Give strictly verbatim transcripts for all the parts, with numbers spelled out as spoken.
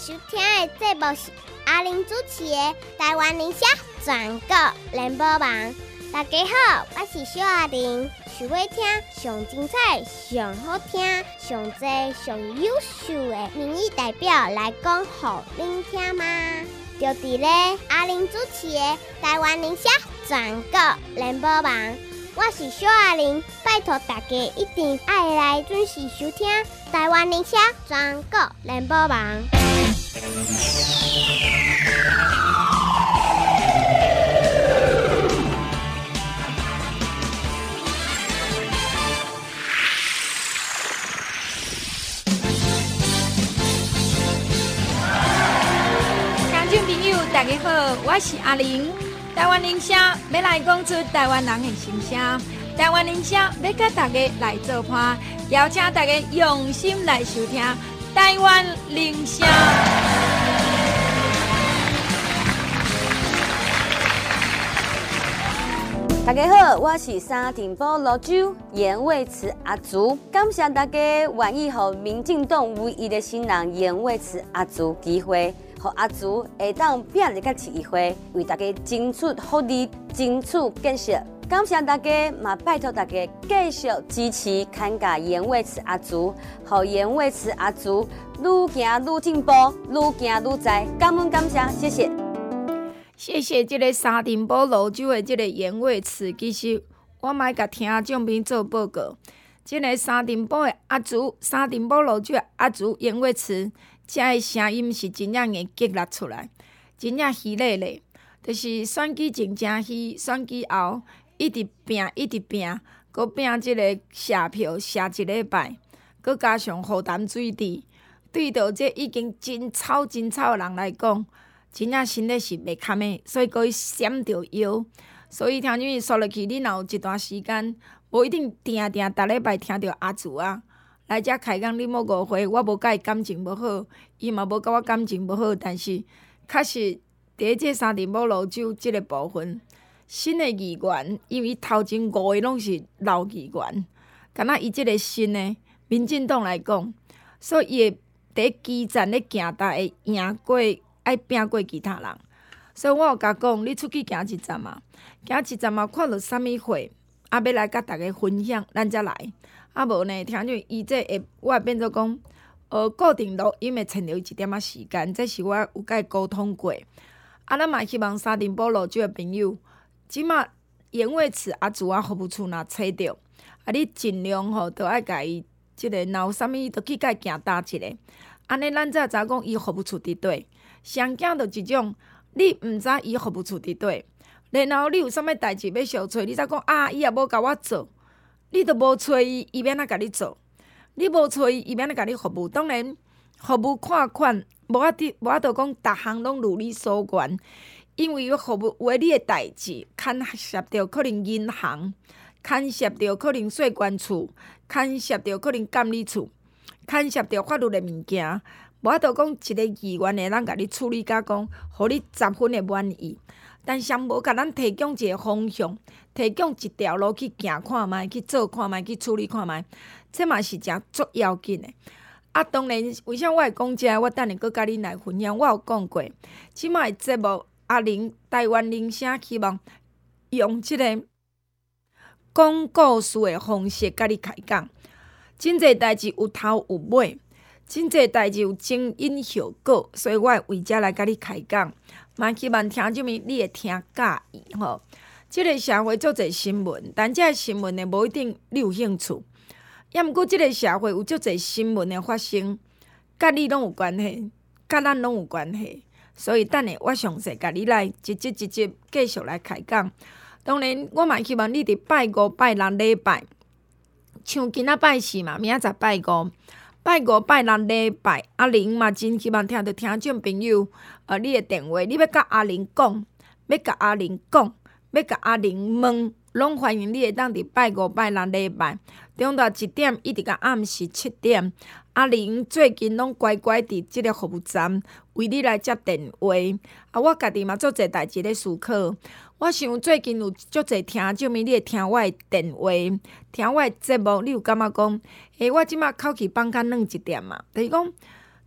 收听的节目是阿玲主持的台湾宁夏全国联播网。大家好，我是小阿玲。想要听上精彩、上好听、上多、上优秀的民意代表来讲给您听吗？就伫咧阿玲主持的台湾宁夏全国联播网。我是小阿玲，拜托大家一定爱来准时收听台湾宁夏全国联播网。 听众朋友，大家好，我是阿玲。台湾宁夏要来讲出台湾人的心声，台湾宁夏要甲大家来做伴，邀请大家用心来收听台湾宁夏。 大家好，我是沙丁堡老酒颜味慈阿竹，感谢大家愿意给民进党唯一的新人颜味慈阿竹机会。和阿竹会当拼一个机会，为大家争取福利，争取建设。感谢大家，嘛拜托大家继续支持看家颜味慈阿竹，和颜味慈阿竹愈行愈进步，愈行愈在。感恩感谢，谢谢。 谢谢这个沙丁堡老酒的这个颜味词，其实我卖甲听众朋友做报告。这个沙丁堡的阿竹，沙丁堡老酒的阿竹颜味词。这个声音是真正会激励出来，真正喜咧咧。就是选举前真喜，选举后一直拼，一直拼，搁拼即个社票，社一礼拜，搁加上雨淡水滴，对到这已经真吵真吵的人来讲，真正身体是袂堪的，所以搁伊闪着腰。所以听众说落去，你若有一段时间，无一定定定逐礼拜听到阿祖啊。来遮开讲，你莫误会，我无甲伊感情无好，伊嘛无甲我感情无好，但是确实伫即沙丁堡老酒即个部分，新的议员，因为头前五个拢是老议员，敢若伊即个新的民进党来讲，所以伊会伫基层咧行，大会赢过，爱拼过其他人。所以我有甲讲，你出去行一站嘛，行一站嘛，看到啥物货，啊要来甲大家分享，咱才来。啊无呢，听着伊这会，我会变做讲，呃，固定录音会牵着一点仔时间，这是我有甲伊沟通过。啊，咱嘛希望沙丁堡老酒的朋友，即马颜味词阿祖啊服务处若找着，啊，你尽量吼，都爱甲伊即个，若有啥物，都去甲伊行搭一个。安尼咱才知讲伊服务处伫倒。上惊着一种，你毋知伊服务处伫倒，然后你有啥物代志要小找，你才讲啊，伊也无甲我做。你都无找伊，伊要哪甲你做？你无找伊，伊要哪甲你服务？当然，服务看款，无法度，无法度讲，逐项拢如你所愿。因为服务有诶，你诶代志，牵涉着可能银行，牵涉着可能税关处，牵涉着可能监理处，牵涉着法律诶物件，无法度讲一个议员会当甲你处理甲讲，互你十分诶满意。但上无甲咱提供一个方向，提供一条路去行看觅，去做看觅，去处理看觅，这嘛是诚足要紧的。啊，当然，为啥我会讲这个？我等下搁甲恁来分享。我有讲过，即摆节目阿玲台湾铃声希望用即个讲故事的方式甲你开讲。真侪代志有头有尾，真侪代志有前因后果，所以我会为遮来甲你开讲。嘛希望听众们你会听介意吼。即个社会足侪新闻，但这个新闻呢无一定你有兴趣。也毋过即个社会有足侪新闻的发生，甲你拢有关系，甲咱拢有关系。所以等下我详细甲你来一集一集继续来开讲。当然，我嘛希望你伫拜五、拜六礼拜，像今仔拜四嘛，明仔载拜五。拜五、拜六礼拜，阿玲嘛真希望听到听众朋友，呃，你的电话，你要甲阿玲讲，要甲阿玲讲，要甲阿玲问，拢欢迎你会当伫拜五、拜六礼拜，中昼一点一直到暗时七点。阿玲最近拢乖乖伫即个服务站为你来接电话，啊，我家己嘛做侪代志咧思考。我想最近有足侪听众咪，你会听我的电话，听我的节目，你有感觉讲，诶、欸，我即马口气放较软一点嘛？就是讲，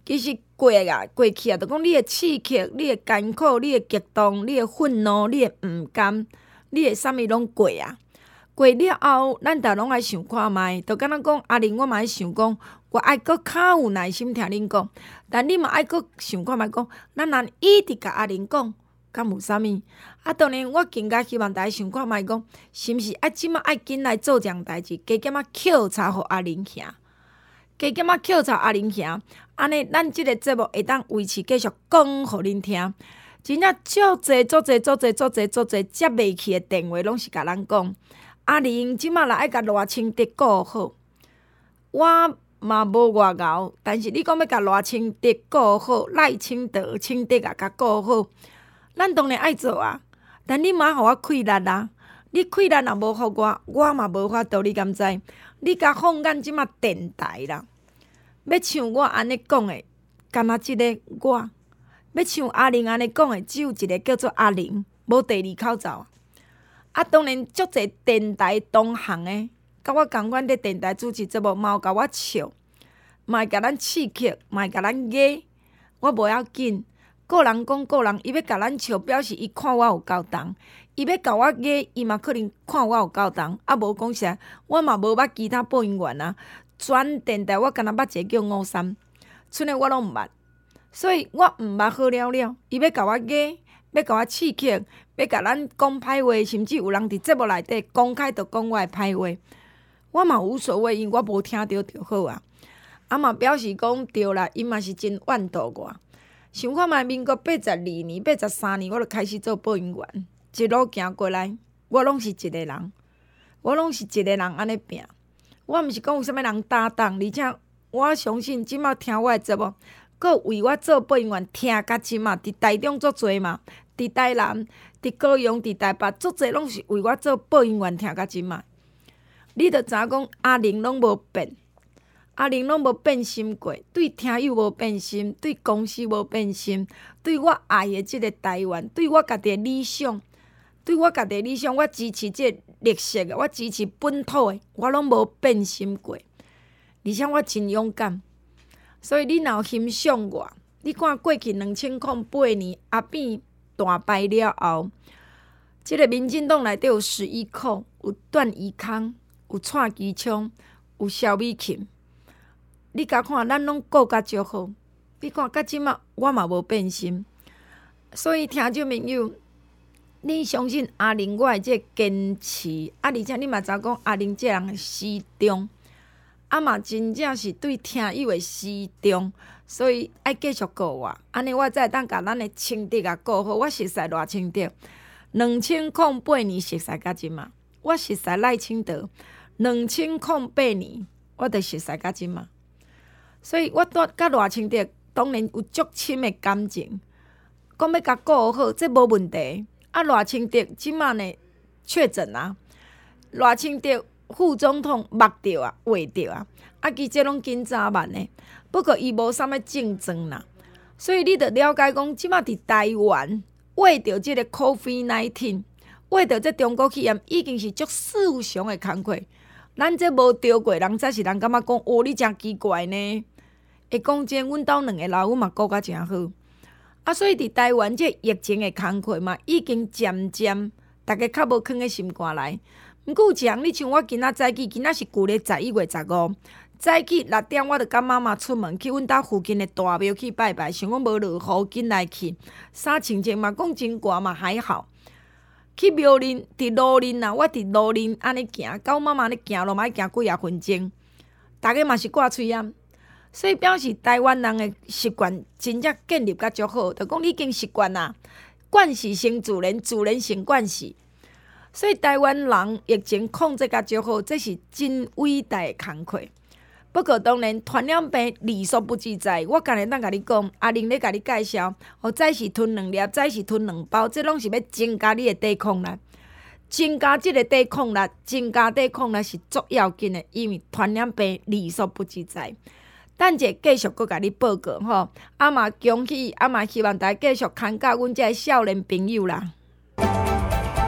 其实过啊，过去啊，就讲你的刺激、你的艰苦、你的激动、你的愤怒、你的毋甘、你的啥物拢过啊。过了后，咱逐拢爱想看觅，就敢若讲阿玲，我嘛爱想讲，我爱搁较有耐心听恁讲，但你嘛爱搁想看觅讲，咱若一直甲阿玲讲，敢有啥物？啊，当然我更加希望大家想看觅讲，是毋是啊？即马爱紧来做这样代志，加减啊抾插互阿玲兄，加减啊抾插阿玲兄，安尼咱即个节目会当维持继续讲互恁听。真正足侪足侪足侪足侪足侪接袂起的电话，拢是甲咱讲。阿玲即马来爱甲赖清德顾好，我嘛无外敖，但是你讲要甲赖清德顾好，赖清德、清德啊，甲顾好，咱当然爱做啊。但你嘛互我开力啊！你开力若无互我，我嘛无法度。你敢知？你甲放眼即马电台啦，要像我安尼讲的，敢若即个我；要像阿玲安尼讲的，只有一个叫做阿玲，无第二口罩。啊，当然，足侪电台同行的，甲我共款伫电台主持节目，嘛有甲我笑，嘛会甲咱刺激，嘛会甲咱压。我无要紧，个人讲个人，伊要甲咱笑，表示伊看我有够重；伊要甲我压，伊嘛可能看我有够重。啊，无讲啥，我嘛无捌其他播音员啊。全电台我敢若捌一个叫吴三，剩诶我拢毋捌，所以我毋捌好了了。伊要甲我压，要甲我刺激。要甲咱讲歹话，甚至有人伫节目内底公开着讲我诶歹话，我嘛无所谓，因为我无听着就好啊。啊嘛表示讲对啦，伊嘛是真怨妒我。想看觅民国八十二年、八十三年，我就开始做播音员，一路行过来，我拢是一个人，我拢是一个人安尼拼。我毋是讲有啥物人搭档，而且我相信即马听我诶节目，搁为我做播音员听甲即马，伫台中足侪嘛，伫台南。伫高雄、伫台北，足侪拢是为我做播音员听甲即卖。你着知影讲阿玲拢无变，阿玲拢无变心过，对听友无变心，对公司无变心，对我爱的即个台湾，对我家己的理想，对我家己的理想，我支持即个绿色的，我支持本土的，我拢无变心过。而且我真勇敢，所以你若有欣赏我，你看过去两千零八年阿扁大败了后，即、这个民进党内底有十一寇，有段宜康，有蔡其昌，有萧美琴。你甲看，咱拢顾甲足好。你看，到即马我嘛无变心。所以听众朋友，你相信阿玲我的即个坚持，啊，而且你嘛知影讲阿玲即个人始终，啊嘛真正是对听友的始终。所以爱继续顾我，安尼我才会当甲咱的清德啊顾好。我熟悉赖清德，两千零八年熟悉到即马，我熟悉赖清德，两千零八年我著熟悉到即马。所以我对甲赖清德当然有足深的感情，讲要甲顾好，这无问题。啊，赖清德即马呢确诊啊，赖清德副总统目着啊，画着啊，啊，其这拢紧早慢呢。不过伊无啥物竞争啦，所以你着了解讲，即马伫台湾画着即个 COVID 十九，画着这中国肺炎已经是足四常的工课。咱这无着过人，才是人感觉讲，哦，你真奇怪呢。会讲真，阮兜两个老母嘛顾甲真好。啊，所以伫台湾这疫情的工课嘛，已经渐渐大家较无囥喺心肝内。毋过有一项，你像我今仔早起，今仔是旧历十一月十五。早起六点，我就甲妈妈出门去阮兜附近的大庙去拜拜，想讲无落雨，紧来去。衫穿穿嘛，讲真寒嘛，还好。去庙林，伫路林啊，我伫路林安尼行，甲我妈妈安尼行路嘛，要行几啊分钟。逐个嘛是挂喙炎，所以表示台湾人的习惯真正建立甲足好，就讲已经习惯啦，惯习成自然，自然成惯习。所以台湾人疫情控制甲足好，这是真伟大的工课。不过当然，传染病无所不在。我刚才当甲你讲，阿玲咧甲你介绍，哦，早是吞两粒，早是吞两包，这拢是要增加你的抵抗力，增加即个抵抗力，增加抵抗力是足要紧的，因为传染病无所不在。等者继续阁甲你报告吼，啊嘛恭喜，啊嘛希望大家继续看教阮这少年朋友啦。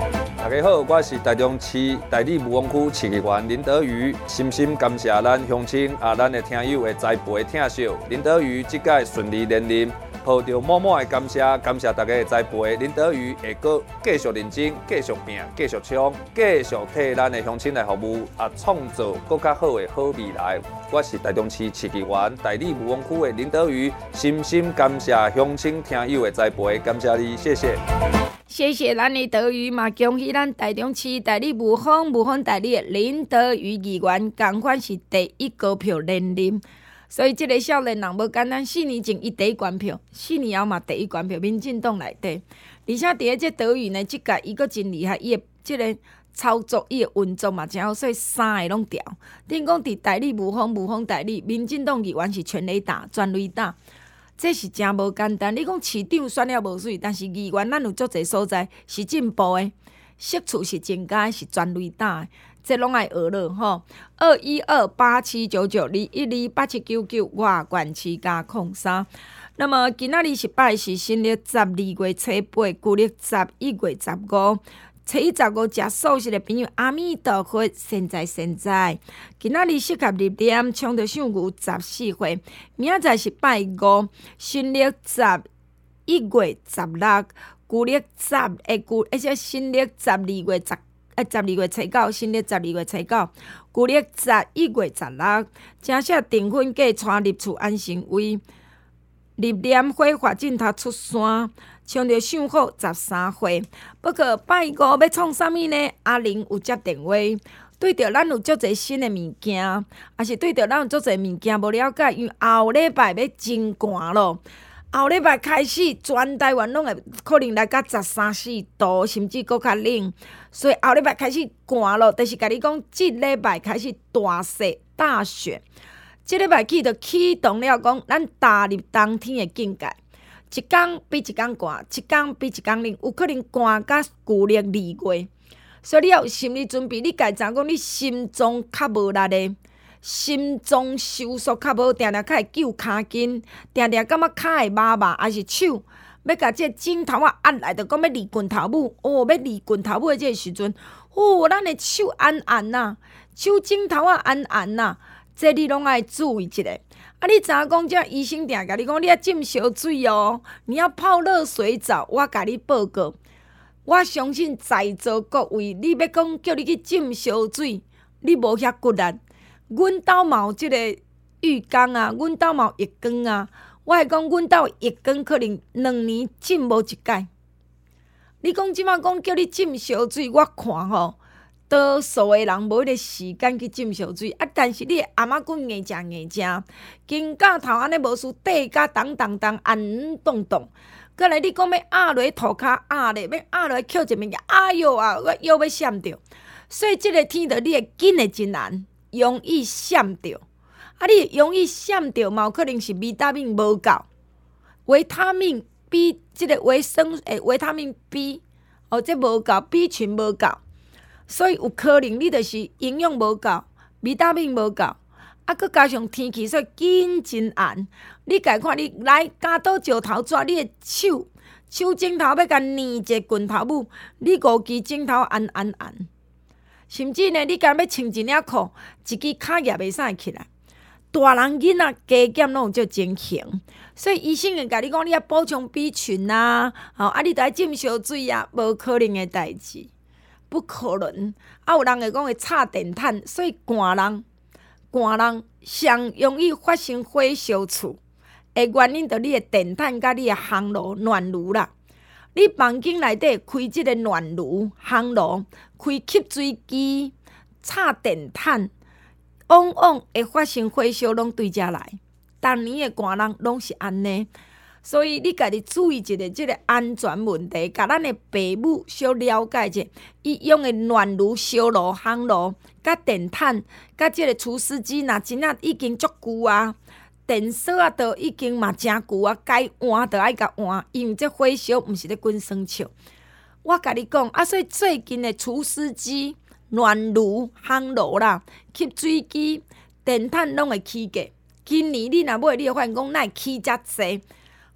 大家好，我是台中市大理武王区市议员林德瑜，深深感谢咱乡亲啊，咱的听友的栽培疼惜。林德瑜这届顺利连任，抱着满满的感谢，感谢大家的栽培。林德瑜会阁继续认真，继续拼，继续冲，继续替咱的乡亲来服务，啊，创造更较好的好未来。我是台中市市议员大理武王区的林德瑜，深深感谢乡亲听友的栽培，感谢你，谢谢。 谢谢咱的德瑜嘛，恭喜咱台中市大理武丰武丰大理的林德瑜议员，同款是第一高票连任。所以这个少年人无简单，四年前伊第一关票，四年后嘛第一关票，民进党内底。而且伫咧这德瑜呢，即届伊阁真厉害，伊的即个操作，伊的运作嘛真好，所以三个拢调。等讲伫大理武丰武丰大理，民进党议员是全垒打、全垒打。这是真无简单。你讲市长选了无水，但是议员咱有足侪所在是进步的，识处是增加，是全垒打的，这拢爱学了吼。二一二八七九九二一二八七九九外管区加空三。那么今仔日是拜是新历十二月初八，旧历十一月十五。初一十五食素食的朋友，阿弥陀佛，现在现在，今仔日适合入点，冲着上牛十四岁，明仔是拜五，新历十一月十六，旧历十诶旧，而且新历十二月十诶十二月初九，新历十二月初九，旧历十一月十六，正式订婚嫁娶入厝安成位，入念火化镜头出山。冲着上好十三岁，不过拜五要创啥物呢？阿玲有接电话，对着咱有足侪新的物件，也是对着咱有足侪物件无了解，因为后礼拜要真寒咯。后礼拜开始，全台湾拢会可能来到十三四度，甚至搁较冷，所以后礼拜开始寒咯。但是甲你讲，即礼拜开始大雪大雪，即礼拜起就启动了，讲咱踏入冬天的境界。一天比一天寒，一天比一天冷，有可能寒到旧历二月。所以你要有心理准备，你家己知讲你心脏较无力的，心脏收缩较无，定定较会揪骹筋，定定感觉骹会麻麻，还是手要甲这枕头啊压来，就讲要离拳头母，哦，要离拳头母的这个时阵，哦，咱的手按按呐，手枕头啊按按呐，这你拢爱注意一下。啊！你知影讲，这医生定甲你讲，你要浸烧水哦，你要泡热水澡。我甲你报告，我相信在座各位，你要讲叫你去浸烧水，你无遐骨力。阮兜嘛有即个浴缸啊，阮兜嘛有浴缸啊。我会讲，阮兜浴缸可能两年浸无一届。你讲即摆讲叫你浸烧水，我看吼。多数的人无迄个时间去浸烧水，啊！但是你的阿妈骨硬食硬食，肩胛头安尼无事，底甲动动动，按动动。过来你讲要压落涂骹压咧，要压落捡一物件，哎哟啊，我腰要闪着。所以即个天着你会紧的真难，容易闪着。啊，你容易闪着嘛，有可能是维他命无够，维他命 B 即个维生诶维他命 B 哦，这无够 B 群无够。所以有可能你就是营养无够，维他命无够，啊，佮加上天气，所以紧真暗。你家看你来加倒石头纸，你的手手指头要甲粘一个拳头母，你五支指头按按按，甚至呢，你敢要穿一领裤，一支骹也袂使起来。大人囡仔加减拢有这情形，所以医生会甲你讲，你要补充 B 群啊，吼、哦，啊，你着爱浸烧水啊，无可能的代志。不可能，啊！有人会讲会插电炭，所以寒人，寒人上容易发生火烧厝的原因，就你的电炭甲你的烘炉、暖炉啦。你房间内底开即个暖炉、烘炉，开吸水机、插电炭，往往会发生火烧，拢对遮来。当年的寒人拢是安尼。所以你家己注意一下即个安全问题，甲咱的爸母小了解者，伊用的暖炉、烧炉、烘炉、甲电炭、甲即个除湿机，若真啊已经足久啊，电锁啊都已经嘛真久啊，该换就爱甲换，因为这火烧毋是咧滚酸笑。我甲你讲，啊，所以最近的除湿机、暖炉、烘炉啦、吸水机、电炭拢会起价。今年你若买，你会发现讲，哪会起遮济？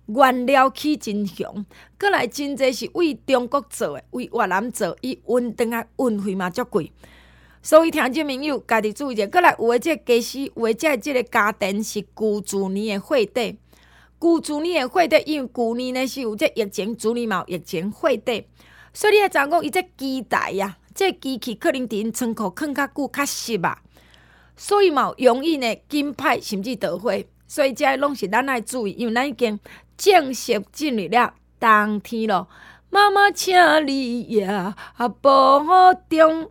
原料起真雄，过来真侪是为中国做的，为越南做，伊运转啊运费嘛足贵。所以听众朋友家己注意者，过来有诶即个家私，有诶即个即个家电是旧自年诶货底，旧自年诶货底，因为旧年呢是有即疫情，主年嘛有疫情货底，所以你会知影讲伊即机台啊，即机器可能伫因仓库囥较久较湿啊，所以嘛容易呢紧歹甚至倒火，所以这拢是咱爱注意，因为咱已经正式进入了冬天咯。妈妈，请你也啊保重。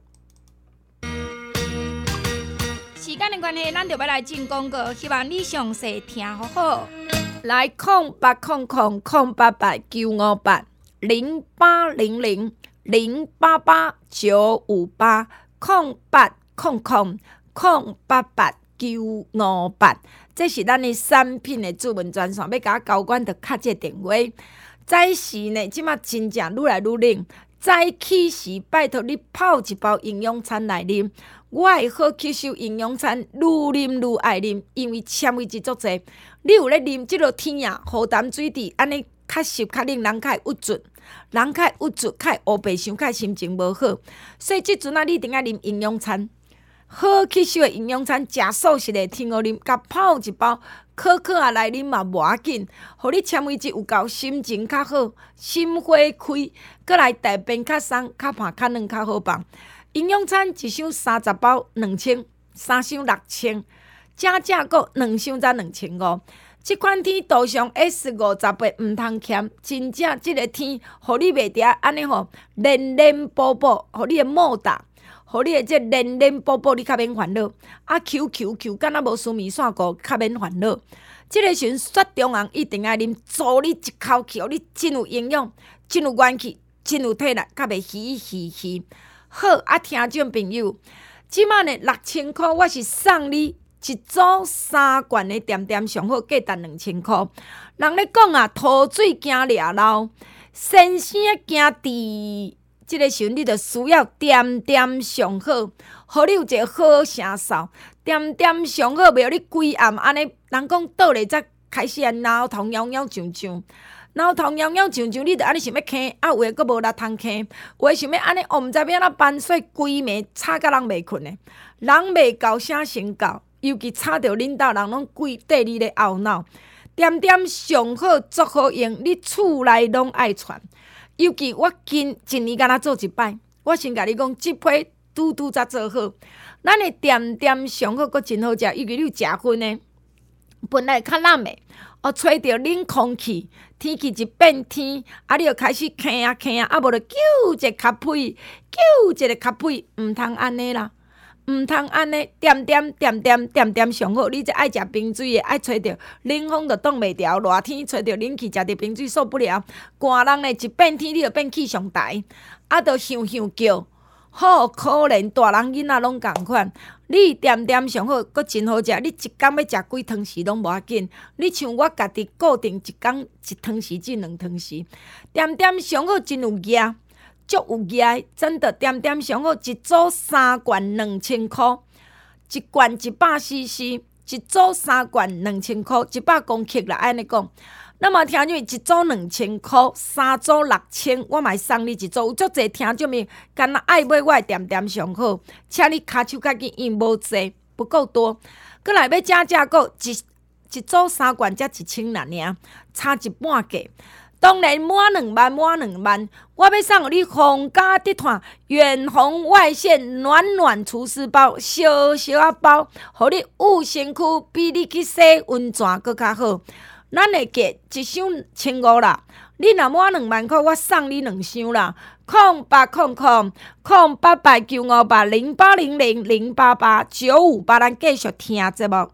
时间的关系，咱就要来进广告，希望你详细听好好。来，空八空空空八八九五八零八零零零八八九五八空八空空空八八九五八，这是咱的产品的主文专线，要甲交管就敲这电话。早时呢，即马真正愈来愈冷。早起时，拜托你泡一包营养餐来啉。我会好吸收营养餐，愈啉愈爱啉，因为纤维质足济。你有咧啉即落天啊，雨淡水滴，安尼较湿较冷，人较会郁卒，人较会郁卒，较会乌白相，较心情无好。所以即阵啊，你一定要啉营养餐，好吸收的营养餐，食素食的天鹅啉，甲泡一包。可可啊来啉嘛无要紧，互你纤维质有够，心情较好，心花开，过来大便较松，较胖较软较好放。营养餐一箱三十包两千，三箱六千，正正个两箱才两千五。即款天涂上 S 五十八毋通欠，真正即个天，互你袂得安尼吼，连连补补，互你的毛大。互你的这连连补补，你较免烦恼。啊，Q Q Q， 敢若无输面线糊，较免烦恼。即个时阵雪中红一定要啉，助你一口气，互你真有营养，真有元气，真有体力，较袂虚虚虚。好啊，听众朋友，即满呢六千箍，我是送你一组三罐的点点上好，价值两千箍。人咧讲啊，吐水惊掠漏，先生惊地。即个时阵，你着需要点点上好，互你有一个好声嗽。点点上好，袂互你规暗安尼。人讲倒咧才开始啊，脑痛痒痒上上，脑痛痒痒上上，你着安尼想要囥，啊有诶佫无力通囥，有诶想要安尼，我毋知要安怎办，所以规暝吵甲人袂困诶，人袂够啥成够，尤其吵着恁兜人拢规缀你咧懊恼。点点上好，足好用，你厝内拢爱传。尤其我近一年敢若做一摆，我先甲你讲，即批拄拄才做好。咱的点点上好，阁真好食。尤其你有食薰呢，本来较冷的，哦，吹着冷空气，天气一变天，啊，你就开始咳啊咳啊，啊，无就揪一个咖啡，揪一个咖啡，毋通安尼啦。毋通安尼点点点点点点上好，你这爱食冰水的，爱吹着冷风就挡袂牢，热天吹着冷气，食着冰水受不了。寒人呢一变天，你就变气象台，啊，就响响叫。好可怜，大人囡仔拢共款。你点点上好，阁真好食。你一工要食几汤匙拢无要紧。你像我家己固定一工一汤匙至两汤匙，点点上好真有额。足有额，真的点点上好，一组三罐两千箍，一罐一百 C C， 一组三罐两千箍，一百公克啦，安尼讲。那么听众一组两千箍，三组六千，我嘛送你一组。有足侪听众们干那爱买我的点点上好，请你骹手较紧，因无济，不够多。过来要加价购一一组三罐才一千啦尔，差一半价。当然满两万，满两万，我要送互你皇家集团远红外线暖暖除湿包，小小啊包，互你捂身躯，比你去洗温泉搁较好。咱的价一箱千五啦，你若满两万块，我送你两箱啦。空八空空空八八九五八零八零零零八八九五八，咱继续听节目。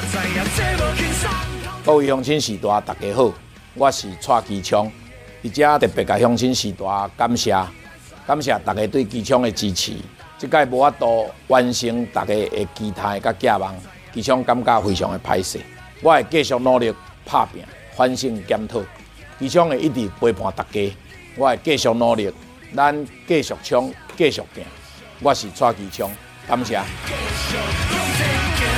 各位乡亲时代，大家好。我是蔡其昌，伫遮特别甲乡亲时代感谢，感谢大家对其昌的支持。即届无法度完成大家的期待甲寄望，其昌感觉非常的歹势。我会继续努力拍拼，反省检讨。其昌会一直陪伴大家，我会继续努力，咱继续冲，继续拼。我是蔡其昌，感谢。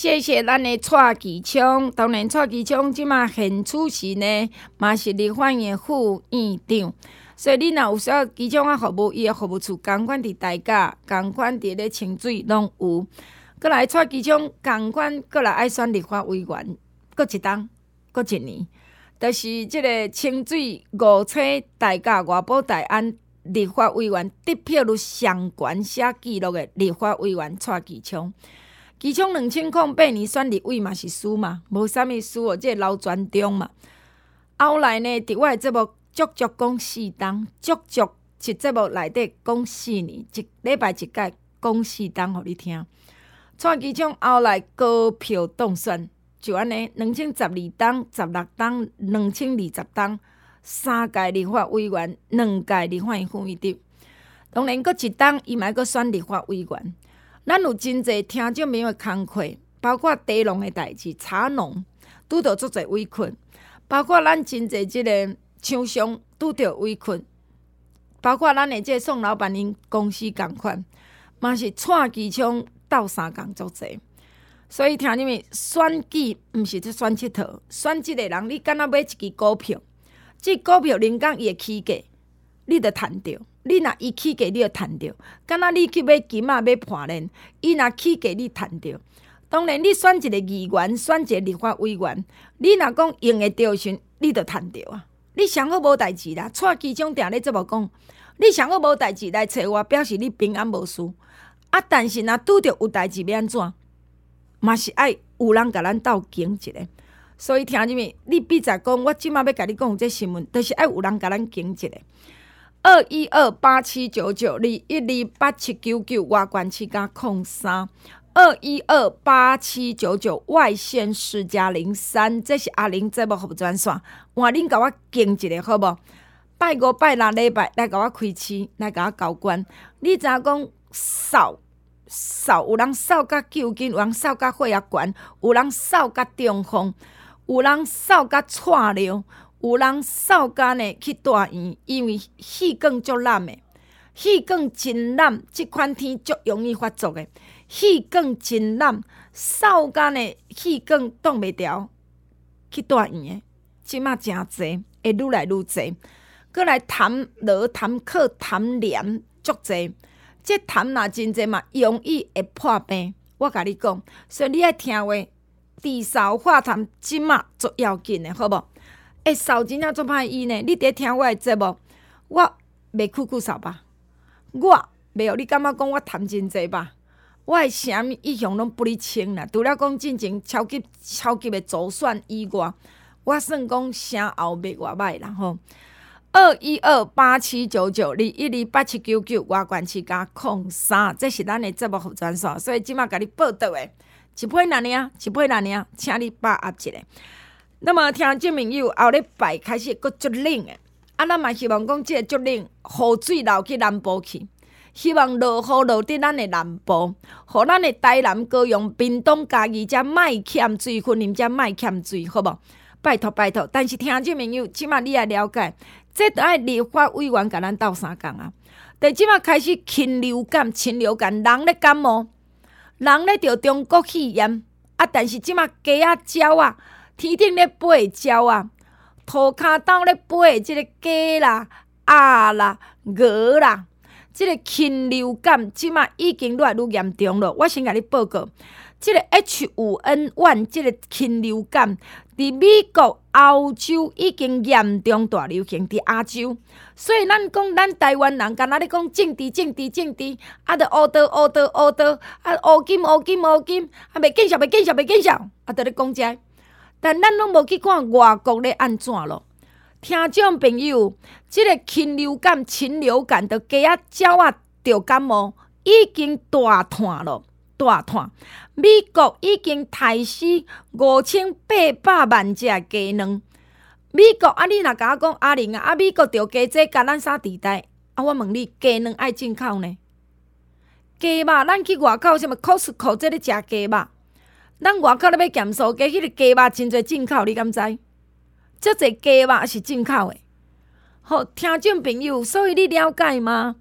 谢谢咱的蔡其昌。当然，蔡其昌即马现此时呢，嘛是立法院副院长。所以你若有需要其昌啊服务，伊的服务处共款伫大甲，共款伫咧清水拢有。过来蔡其昌共款，过来爱选立法委员，搁一档，搁一年，就是即个清水、五车、大甲、外埔、大安立法委员得票率上悬写记录的立法委员蔡其昌。其昌两千零八年选立委嘛是输嘛，无啥物输哦，即个老全中嘛。后来呢，伫我的节目足足讲四档，足足一节目内底讲四年，一礼拜一届讲四档，互你听。蔡其昌后来高票当选，就安尼，两千十二档、十六档、两千二十档，三届立法委员，两届立法院副院长。当然，搁一档伊嘛搁选立法委员。咱有真侪听众朋友的工课，包括茶农的代志、茶农拄到足侪委屈，包括咱真侪即个厂商拄到委屈，包括咱的即个宋老板因公司共款，嘛是蔡其昌斗相共足侪。所以听你们选举毋是去选佚佗，选即个人，你敢若买一支股票，即股票人讲伊会起价，你着趁着。你若伊起价，你就趁着；敢若你去买金仔买破链，伊若起价，你趁着。当然，你选一个议员，选一个立法委员，你若讲用会着时，你就趁着啊！你上好无代志啦，蔡其昌定咧节目讲，你上好无代志来找我，表示你平安无事。啊，但是若拄着有代志要安怎，嘛是爱有人甲咱斗经一下。所以听入面，你比在讲，我即马要甲你讲这新闻，就是爱有人甲咱经一下。二一二八七九九二一二八七九九外关七加空三二一二八七九九外线四加零三，这是阿玲节目服务专线，换恁甲我经一下好无？拜五拜六礼拜来甲我开市，来甲我交关。你知影讲扫扫有人扫甲究竟，有人扫甲血压悬，有人扫甲中风，有人扫甲串流。有人扫甲呢去大院，因为气管足烂的，气管真烂，即款天足容易发作的。气管真烂，扫甲呢气管挡袂牢，去大院的，即马真侪，会愈来愈侪。搁来痰落、痰咳、痰黏足侪，即痰若真侪嘛，容易会破病。我甲你讲，所以你爱听话，治扫化痰即马足要紧的，好无？会扫真正足歹医呢？你伫听我的节目，我袂酷酷扫吧？我袂互你感觉讲我痰真济吧？我的声一向拢不哩清啦。除了讲进前超级超级的助选以外，我算讲声喉袂偌歹啦吼。二一二八七九九二一二八七九九外关七加空三，这是咱的节目服专线，所以即马甲你报倒的，一批哪尔，一批哪尔，请你把握一下。那么听众朋友，后礼拜开始佫足冷诶，啊，咱嘛希望讲即个足冷，雨水流去南部去，希望落雨落伫咱诶南部，互咱诶台南、高雄、屏东、嘉义遮莫欠水，云林遮莫欠水，好无？拜托拜托，但是听众朋友，即马你也了解，这着爱立法委员甲咱斗相共啊。但即马开始禽流感、禽流感，人咧感冒，人咧着中国肺炎，啊，但是即马鸡啊、鸟啊。天顶咧飞鸟啊，涂骹斗咧飞即个鸡啦、鸭啦、鹅啦，即、這个禽流感即马已经愈来愈严重了。我先甲你报告，即、這个 H 五N 一 即个禽流感，伫美国、欧洲已经严重大流行，伫亚洲。所以咱讲咱台湾人，敢若咧讲政治、政治、政治，啊，着乌道、乌道、乌道，啊，乌金、乌金、乌金，啊，袂见效、袂见效、袂见效，啊，着咧讲遮。但咱拢无去看外国咧安怎咯？听众朋友，即、這个禽流感、禽流感着鸡仔、鸟仔着感冒，已經大團咯，大團。美國已經殺死五千八百萬隻雞卵。美國啊，你若甲我講阿玲啊，啊美國着雞這甲咱啥地帶？啊，我問你，雞卵愛進口呢？雞肉咱去外口什麼 Costco 這咧食雞肉？咱外口咧要鹹酥雞，迄、那個雞肉真侪進口，你敢知？足侪雞肉是進口的。好，聽眾朋友，所以你了解嗎？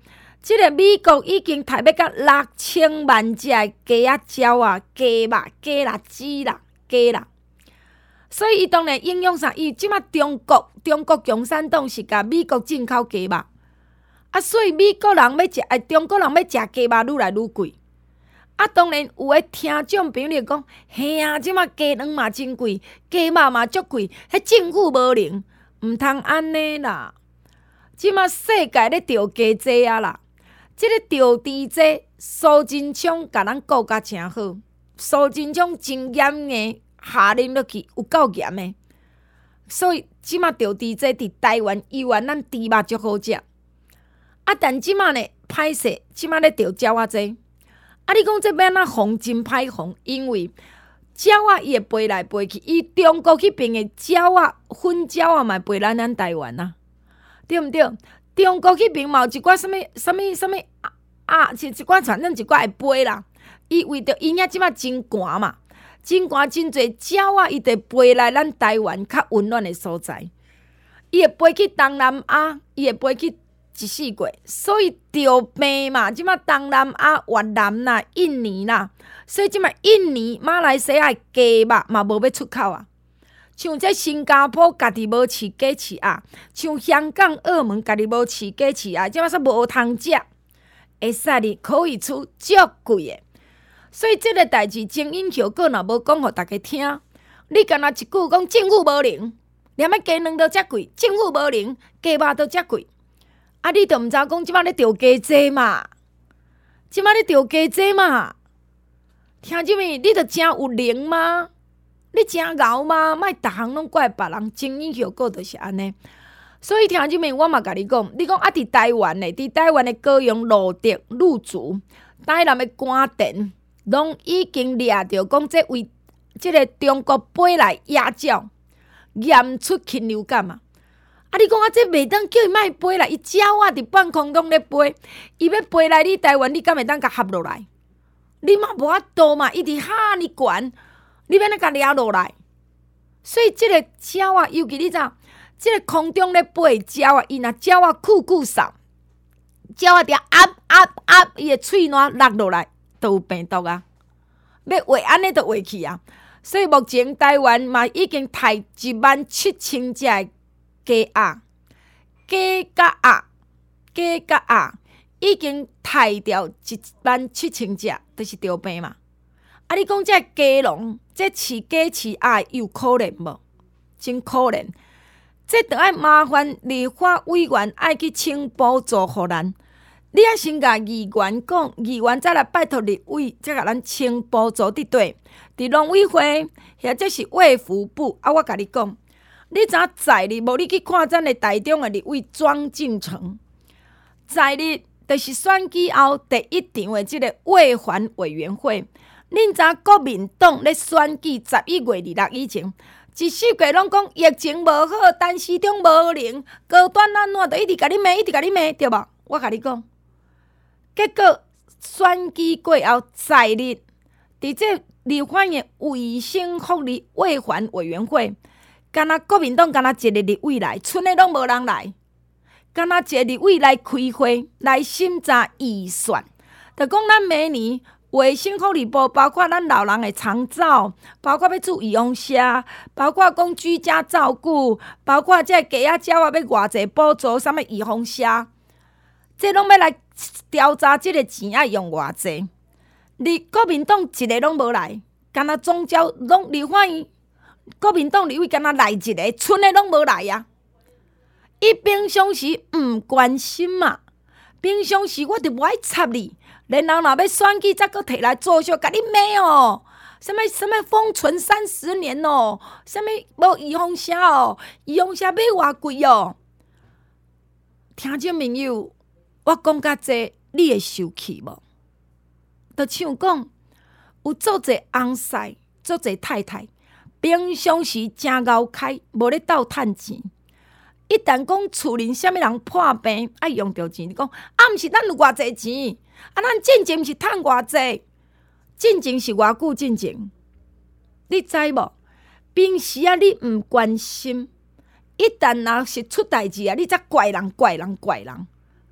即个美国已经杀要到六千万只的鸡啊、鸟啊、鸡肉、鸡啦、鸡啦、鸡啦，所以伊当然影响啥？伊即马中国中国共产党是甲美国进口鸡肉，啊，所以美国人要食，哎，中国人要食鸡肉愈来愈贵。啊，当然有诶听众朋友讲，嘿啊，即马鸡卵嘛真贵，鸡肉嘛足贵，迄政府无能，毋通安尼啦。即马世界咧钓鸡济啊啦。即个钓猪济，苏贞昌甲咱顾甲诚好，苏贞昌真严的下令落去，有够严的。所以即马钓猪济伫台湾以外，咱猪肉足好食。啊，但即马呢歹势，即马咧钓鸟仔济。啊，你讲这要安怎防真歹防？因为鸟仔伊会飞来飞去，伊中国迄边的鸟仔、粉鸟仔嘛飞来咱台湾啊，对毋对？中国迄边嘛有一寡什物、什物、什物啊啊，是一寡反正一寡会飞啦。伊为着伊遐即马真寒嘛，真寒真侪鸟啊，伊得飞来咱台湾较温暖的所在。伊会飞去东南亚，伊会飞去一四国，所以着病嘛。即马东南亚、越南啦、印尼啦，所以即马印尼、马来西亚鸡肉嘛无要出口啊。像这新加坡家己无饲鸡饲鸭，像香港、澳门家己无饲鸡饲鸭，即马说无通食，会使哩可以出足贵的。所以即个代志前因后果若无讲互大家听，你干若一句讲政府无能，连个鸡卵都遮贵，政府无能，鸡肉都遮贵，啊，你都毋知讲即马咧钓鸡济嘛？即马咧钓鸡济嘛？听即面，你都真有能吗？你真牛吗？莫逐项拢怪别人，前因后果就是安尼。所以听即面，我嘛甲你讲，你讲啊，伫台湾咧，伫台湾的高雄路德、路竹、台南的官田，拢已经掠着讲这为即个中国飞来野鸟，验出禽流感啊！啊，你讲啊，这袂当叫伊莫飞来，伊鸟啊伫半空中咧飞，伊要飞来你台湾，你敢会当甲合落来？你嘛无法度嘛，伊伫遐尼悬。你要哪甲掠落来？所以即个鸟啊，尤其你知，即个空中咧飞鸟啊，伊若鸟啊酷酷扫，鸟啊伫压压压，伊的喙烂落落来，都有病毒啊！要活安尼就活去啊！所以目前台湾嘛已经杀一万七千只的鸡鸭、鸡甲鸭、鸡甲鸭，已经杀掉一万七千只，就是得病嘛。啊！你讲这鸡笼，这饲鸡饲鸭有可怜无？真可怜。这着爱麻烦立法委员爱去请补助互咱。你啊先甲议员讲，议员再来拜托立委，再甲咱请补助伫对。伫农委会或者是卫福部啊，我甲你讲，你知影在日无？你去看咱的台中的立委庄敬诚，在日就是选举后第一场的即个卫环委员会。恁知国民党咧选举十一月二六以前，一四月拢讲疫情无好，陈时中无能，高端安怎，就一直甲你骂，一直甲你骂，对无？我甲你讲，结果选举过后，在日伫这立法院卫生福利卫环委员会，敢若国民党敢若一个立委来，剩的拢无人来，敢若一个立委来开会来审查预算，就讲咱明年。卫生福利部包括咱老人的长照，包括要住预防车，包括讲居家照顾，包括这鸡仔鸟啊要偌济补助，啥物预防车，这拢要来调查这个钱要用偌济。你国民党一个拢无来，敢若总招拢立法院，国民党立委敢若来一个，剩的拢无来啊！伊平常时毋关心嘛，平常时我就无爱插你。然后若要选举，再搁摕来作秀，甲你骂哦！什么什么封存三十年哦，什么无预防车哦，预防车买偌贵哦？听众朋友，我讲甲这，你会受气无？就像讲，有足侪翁婿、足侪太太，平常时真敖开，无咧斗趁钱。一旦讲厝里啥物人破病，爱用着钱，你讲啊，毋是咱有偌济钱？啊，咱进前是趁偌济？进前是偌久进前？你知无？平时啊，你毋关心，一旦若是出代志啊，你则怪人怪人怪人。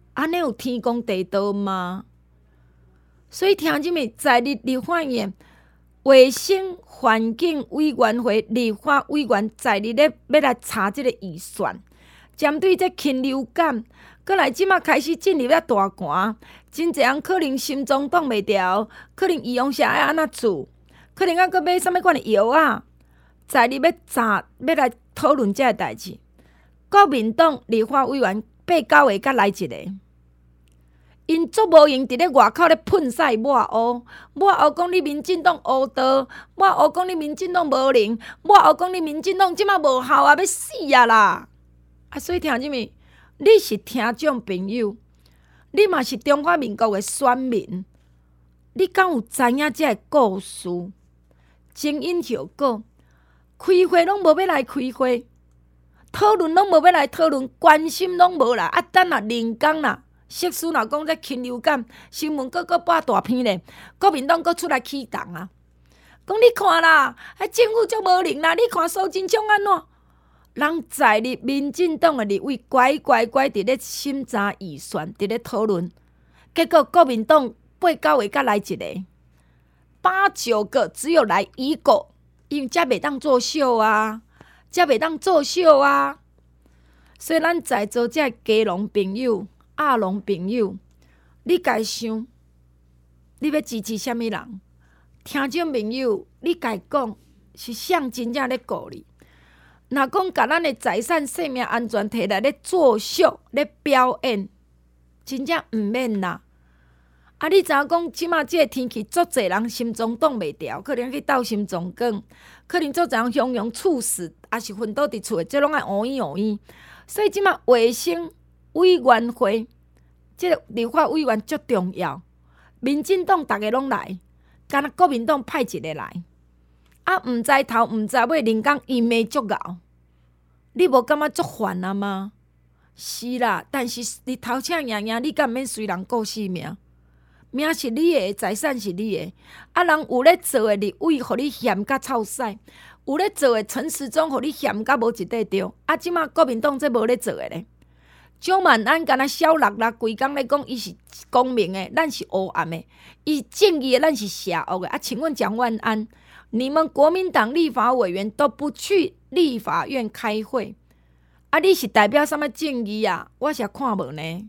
安尼有天公地道吗？所以听即物在立立法院卫生环境委员会立法委员在立咧要来查即个预算，针对这禽流感，过来即马开始进入了大寒，真侪人可能心脏挡袂牢，可能预防下爱安怎做，可能啊搁买啥物款的药啊，在立要查要来讨论这个代志。国民党立法委员八九个才来一个。因足无用，伫咧外口咧喷屎抹黑，抹黑讲你民进党黑道，抹黑讲你民进党无灵，抹黑讲你民进党即马无效啊，要死啊啦！啊，所以听即物，你是听众朋友，你嘛是中华民国的选民，你敢有知影这个故事？前因后果，开会拢无要来开会，讨论拢无要来讨论，关心拢无啦，啊，等下人工啦。硕士若讲这禽流感，新闻搁搁报大篇咧，国民党搁出来启动啊！讲你看啦，迄政府足无灵啦！你看苏贞昌安怎？人在立民进党的立委乖乖乖伫咧审查预算，伫咧讨论，结果国民党八九个才来一个，八九个只有来一个，因为遮袂当作秀啊，遮袂当作秀啊！所以咱在座这家农朋友。阿农朋友，你该想，你要支持啥物人？听众朋友，你该讲是向真正咧鼓励。若讲甲咱的财产、性命安全摕来咧作秀、咧表演，真正毋免啦。啊，你知影讲，即马即个天气，足侪人心脏挡袂牢，可能去斗心脏梗，可能足侪人汹涌猝死，也是昏倒伫厝诶，即拢爱乌医乌医。所以即马卫生委员会，即个立法委员足重要。民进党逐个拢来，敢若国民党派一个来，啊，毋知头毋知尾，人讲伊骂足熬，你无感觉足烦啊吗？是啦，但是你头请赢赢，你敢免随人顾性命？命是你的，财产是你的，啊，人有咧做的立委，互你嫌甲臭屎；有咧做的陈时中，互你嫌甲无一块着。啊，即马国民党这无咧做的咧。蒋万安敢若小六六规工咧讲，伊是光明的，咱是黑暗的；伊正义的，咱是邪恶的。啊，请问蒋万安，你们国民党立法委员都不去立法院开会，啊，你是代表什么正义啊？我是看无呢。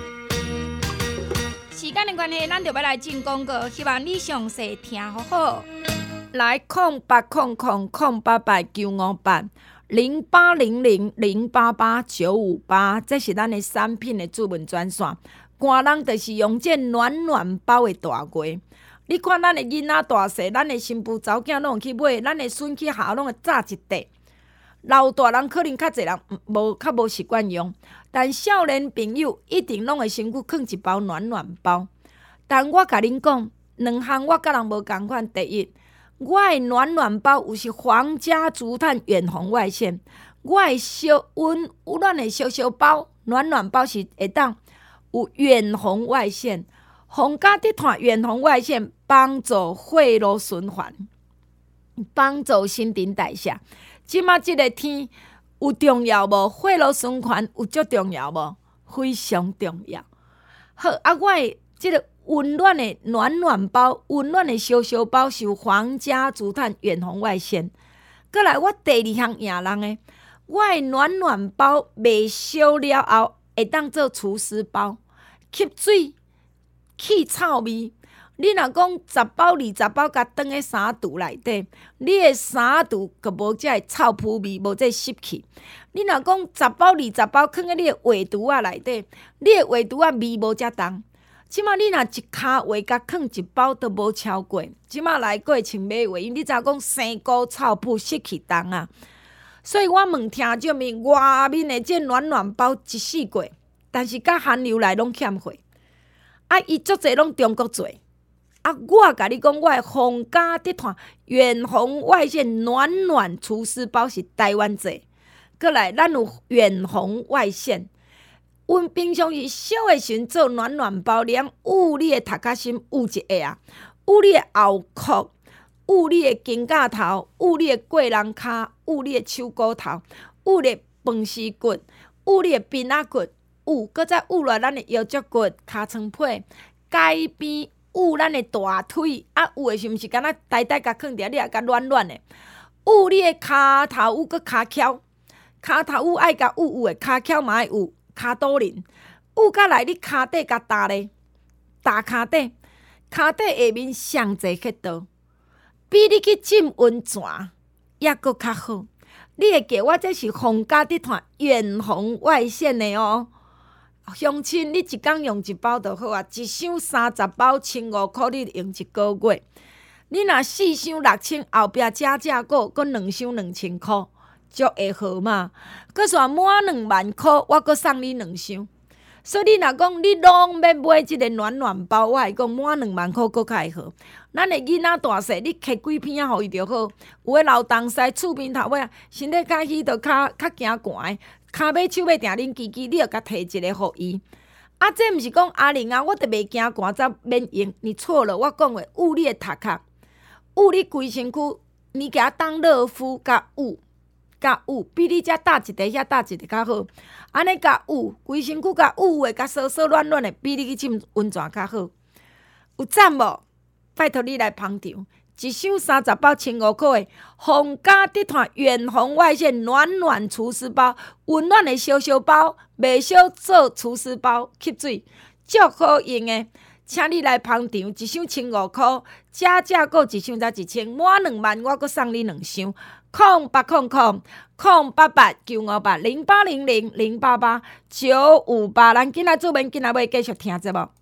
时间的关系，咱就要来进广告，希望你详细听好好。来，空八空空空八八九五八。零八零零零八八九五八，这是咱的产品的主文专线。寒人就是用这暖暖包的大月。你看咱的囡仔大细，咱的新妇查某囝拢去买，咱的孙去校拢会炸一袋。老大人可能较侪人无较无习惯用，但少年朋友一定拢会身躯放一包暖暖包。但我甲恁讲，两项我甲人无共款。第一，我的暖暖包有是皇家竹炭远红外线，我的小温暖的小小包暖暖包是会当有远红外线，皇家集团远红外线帮助血路循环，帮助新陈代谢。即马即个天有重要无？血路循环有足重要无？非常重要。好啊，我的即个温暖的暖暖包，温暖的小小包是有皇家竹炭远红外线。过来，我第二项赢人的，我的暖暖包卖烧了后，会当做厨师包，吸水、去臭味。你若讲十包、二十包，甲放喺衫櫥内底，你的衫櫥就无这个臭扑味，无这湿气。你若讲十包、二十包，放喺你的画櫥啊内底，你的画櫥啊味无遮重。即马你若一骹画甲放一包都无超过，即马来过穿马话，因你知影讲生菇臭扑湿气重啊。所以我问听众面外面的这暖暖包一四过，但是甲韩流来拢欠货。啊，伊足侪拢中国做。啊，我甲你讲，我的皇家集团远红外线暖暖厨师包是台湾做。过来，咱有远红外线。阮平常是小的时阵做暖暖包，连捂你的头壳心捂一下啊，捂你的后壳，捂你的肩胛头，捂你的过人骹，捂你的手骨头，捂你的饭丝骨，捂你的鼻仔骨， 捂，搁再捂落咱的腰足骨、尻川皮、街边，捂咱的大腿，啊，捂的是毋是敢若呆呆甲囥伫，你也甲软软的，捂你的骹头捂，搁骹翘，骹头捂爱甲捂捂的，骹翘嘛爱捂，骹肚仁，捂甲来你骹底甲搭咧，搭骹底，骹底下面上侪穴道，比你去浸温泉抑搁较好。你会记我这是皇家集团远红外线的哦，乡亲，你一工用一包就好啊，一箱三十包，千五块，你用一个月。你若四箱六千，后壁加价购，搁两箱两千块，足会好嘛。搁算满两万块，我搁送你两箱。所以你若讲你拢要买即个暖暖包，我会讲满两万块搁较会好。咱的囡仔大细，你摕几片仔互伊就好。有诶老东西厝边头尾啊，身体较虚，着较较惊寒，骹尾手尾定恁叽叽，你着甲摕一个互伊。啊，这毋是讲阿玲啊，我着袂惊寒则免用，你错了。我讲话捂你的头壳，捂你规身躯，你给它当热敷甲捂。甲捂比你遮搭一个遐搭一个较好，安尼甲捂规身躯甲捂的，甲酥酥软软的，比你去浸温泉较好。有赞无？拜托你来捧场，一箱三十包千五块的皇家集团远红外线暖暖除湿包，温暖的烧烧包，袂烧做除湿包吸水，足好用的。请你来捧场，一箱千五块，加价购一箱才一千，满两万我阁送你两箱。空八空空空八八九五八零八零零零八八九五八，咱今仔做面今仔要继续听节目。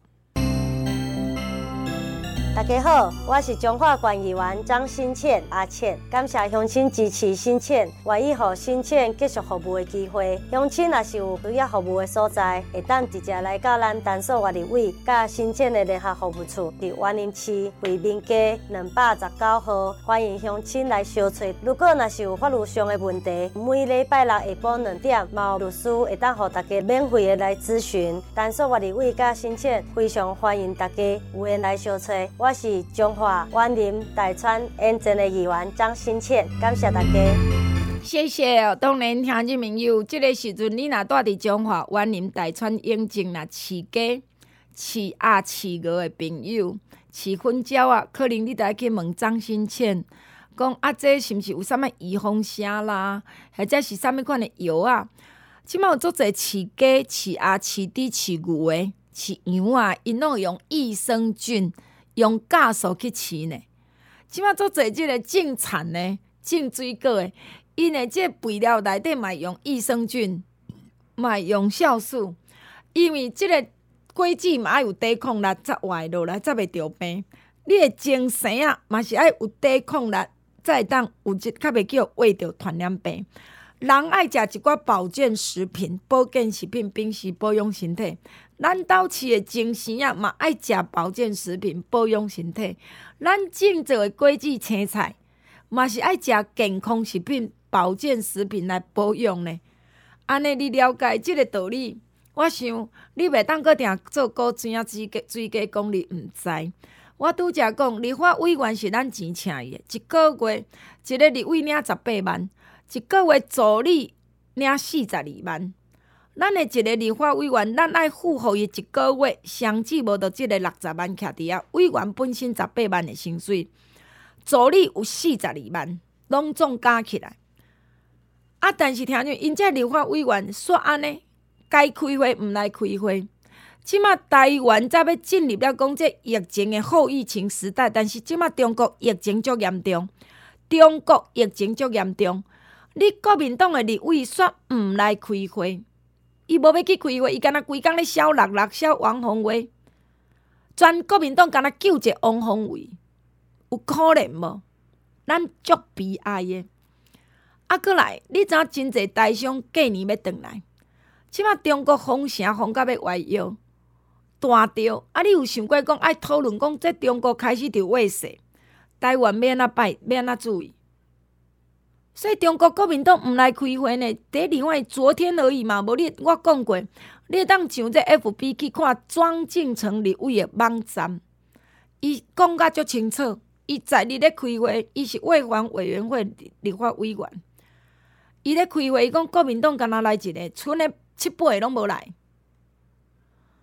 大家好，我是中华县议员张新倩阿倩，感谢乡亲支持新倩，愿意予新倩继续服务的机会。乡亲若是有需要服务的所在，会当直接来到咱丹所外立委甲新倩的联合服务处，伫湾林市惠民街两百十九号，欢迎乡亲来相找。如果若是有法律上的问题，每礼拜六下晡两点，嘛有律师会当予大家免费的来咨询。丹所外立委甲新倩非常欢迎大家有缘来相找。我是中华湾林大川沿镇的议员张新倩，感谢大家。 谢谢，当然听众朋友，这个时阵你若住伫中华湾林大川永靖啦，饲鸡、饲鸭、饲鹅的朋友，饲粉鸟啊，可能你得去问张新倩，讲啊，这是毋是有啥物预防啥啦，或者是啥物款的药啊？即摆有足侪饲鸡、饲鸭、饲猪、饲牛的，饲羊啊，因拢用益生菌。用酵素去饲呢，即摆足侪即个种产呢、种水果的，因的即个肥料内底嘛用益生菌，嘛用酵素，因为即个果子嘛爱有抵抗力，才活落来才袂着病。你的精生啊，嘛是爱有抵抗力，才会当有一较袂叫胃着传染病。人爱食一寡保健食品、保健食品，平时保养身体。咱兜饲的精生啊，嘛爱食保健食品，保养身体。咱种做的果子、青菜，嘛是爱食健康食品、保健食品来保养呢。安尼你了解即个道理，我想你袂当搁定做古锥啊、水鸡、水鸡讲你毋知。我拄则讲，立法委员是咱钱请伊的，一个月一个立委领十八万。一个月助理领四十二万，咱的一个立法委员，咱爱付予伊一个月，上至无到即个六十万徛伫遐。委员本身十八万的薪水，助理有四十二万，拢总加起来。啊，但是听见因这立法委员说安尼，该开会毋来开会。即马台湾才要进入了讲这疫情的后疫情时代，但是即马中国疫情足严重，中国疫情足严重。你国民党的立委说毋来开会，伊无要去开会，伊敢若规工咧笑六六笑王宏伟，全国民党敢若救一个王宏伟，有可能无？咱足悲哀的。啊，过来，你知影真侪台商过年要转来，即马中国封城封到要歪腰，大着啊！你有想过讲爱讨论讲，这中国开始着威胁台湾要安怎办，要安怎注意？所以中国国民党毋来开会呢，第另外昨天而已嘛，无你我讲过，你当上这 F B 去看庄敬诚立委的网站，伊讲甲足清楚，伊在日咧开会，伊是卫环委员会立法委员，伊咧开会，伊讲国民党敢若来一个，剩的七八个拢无来，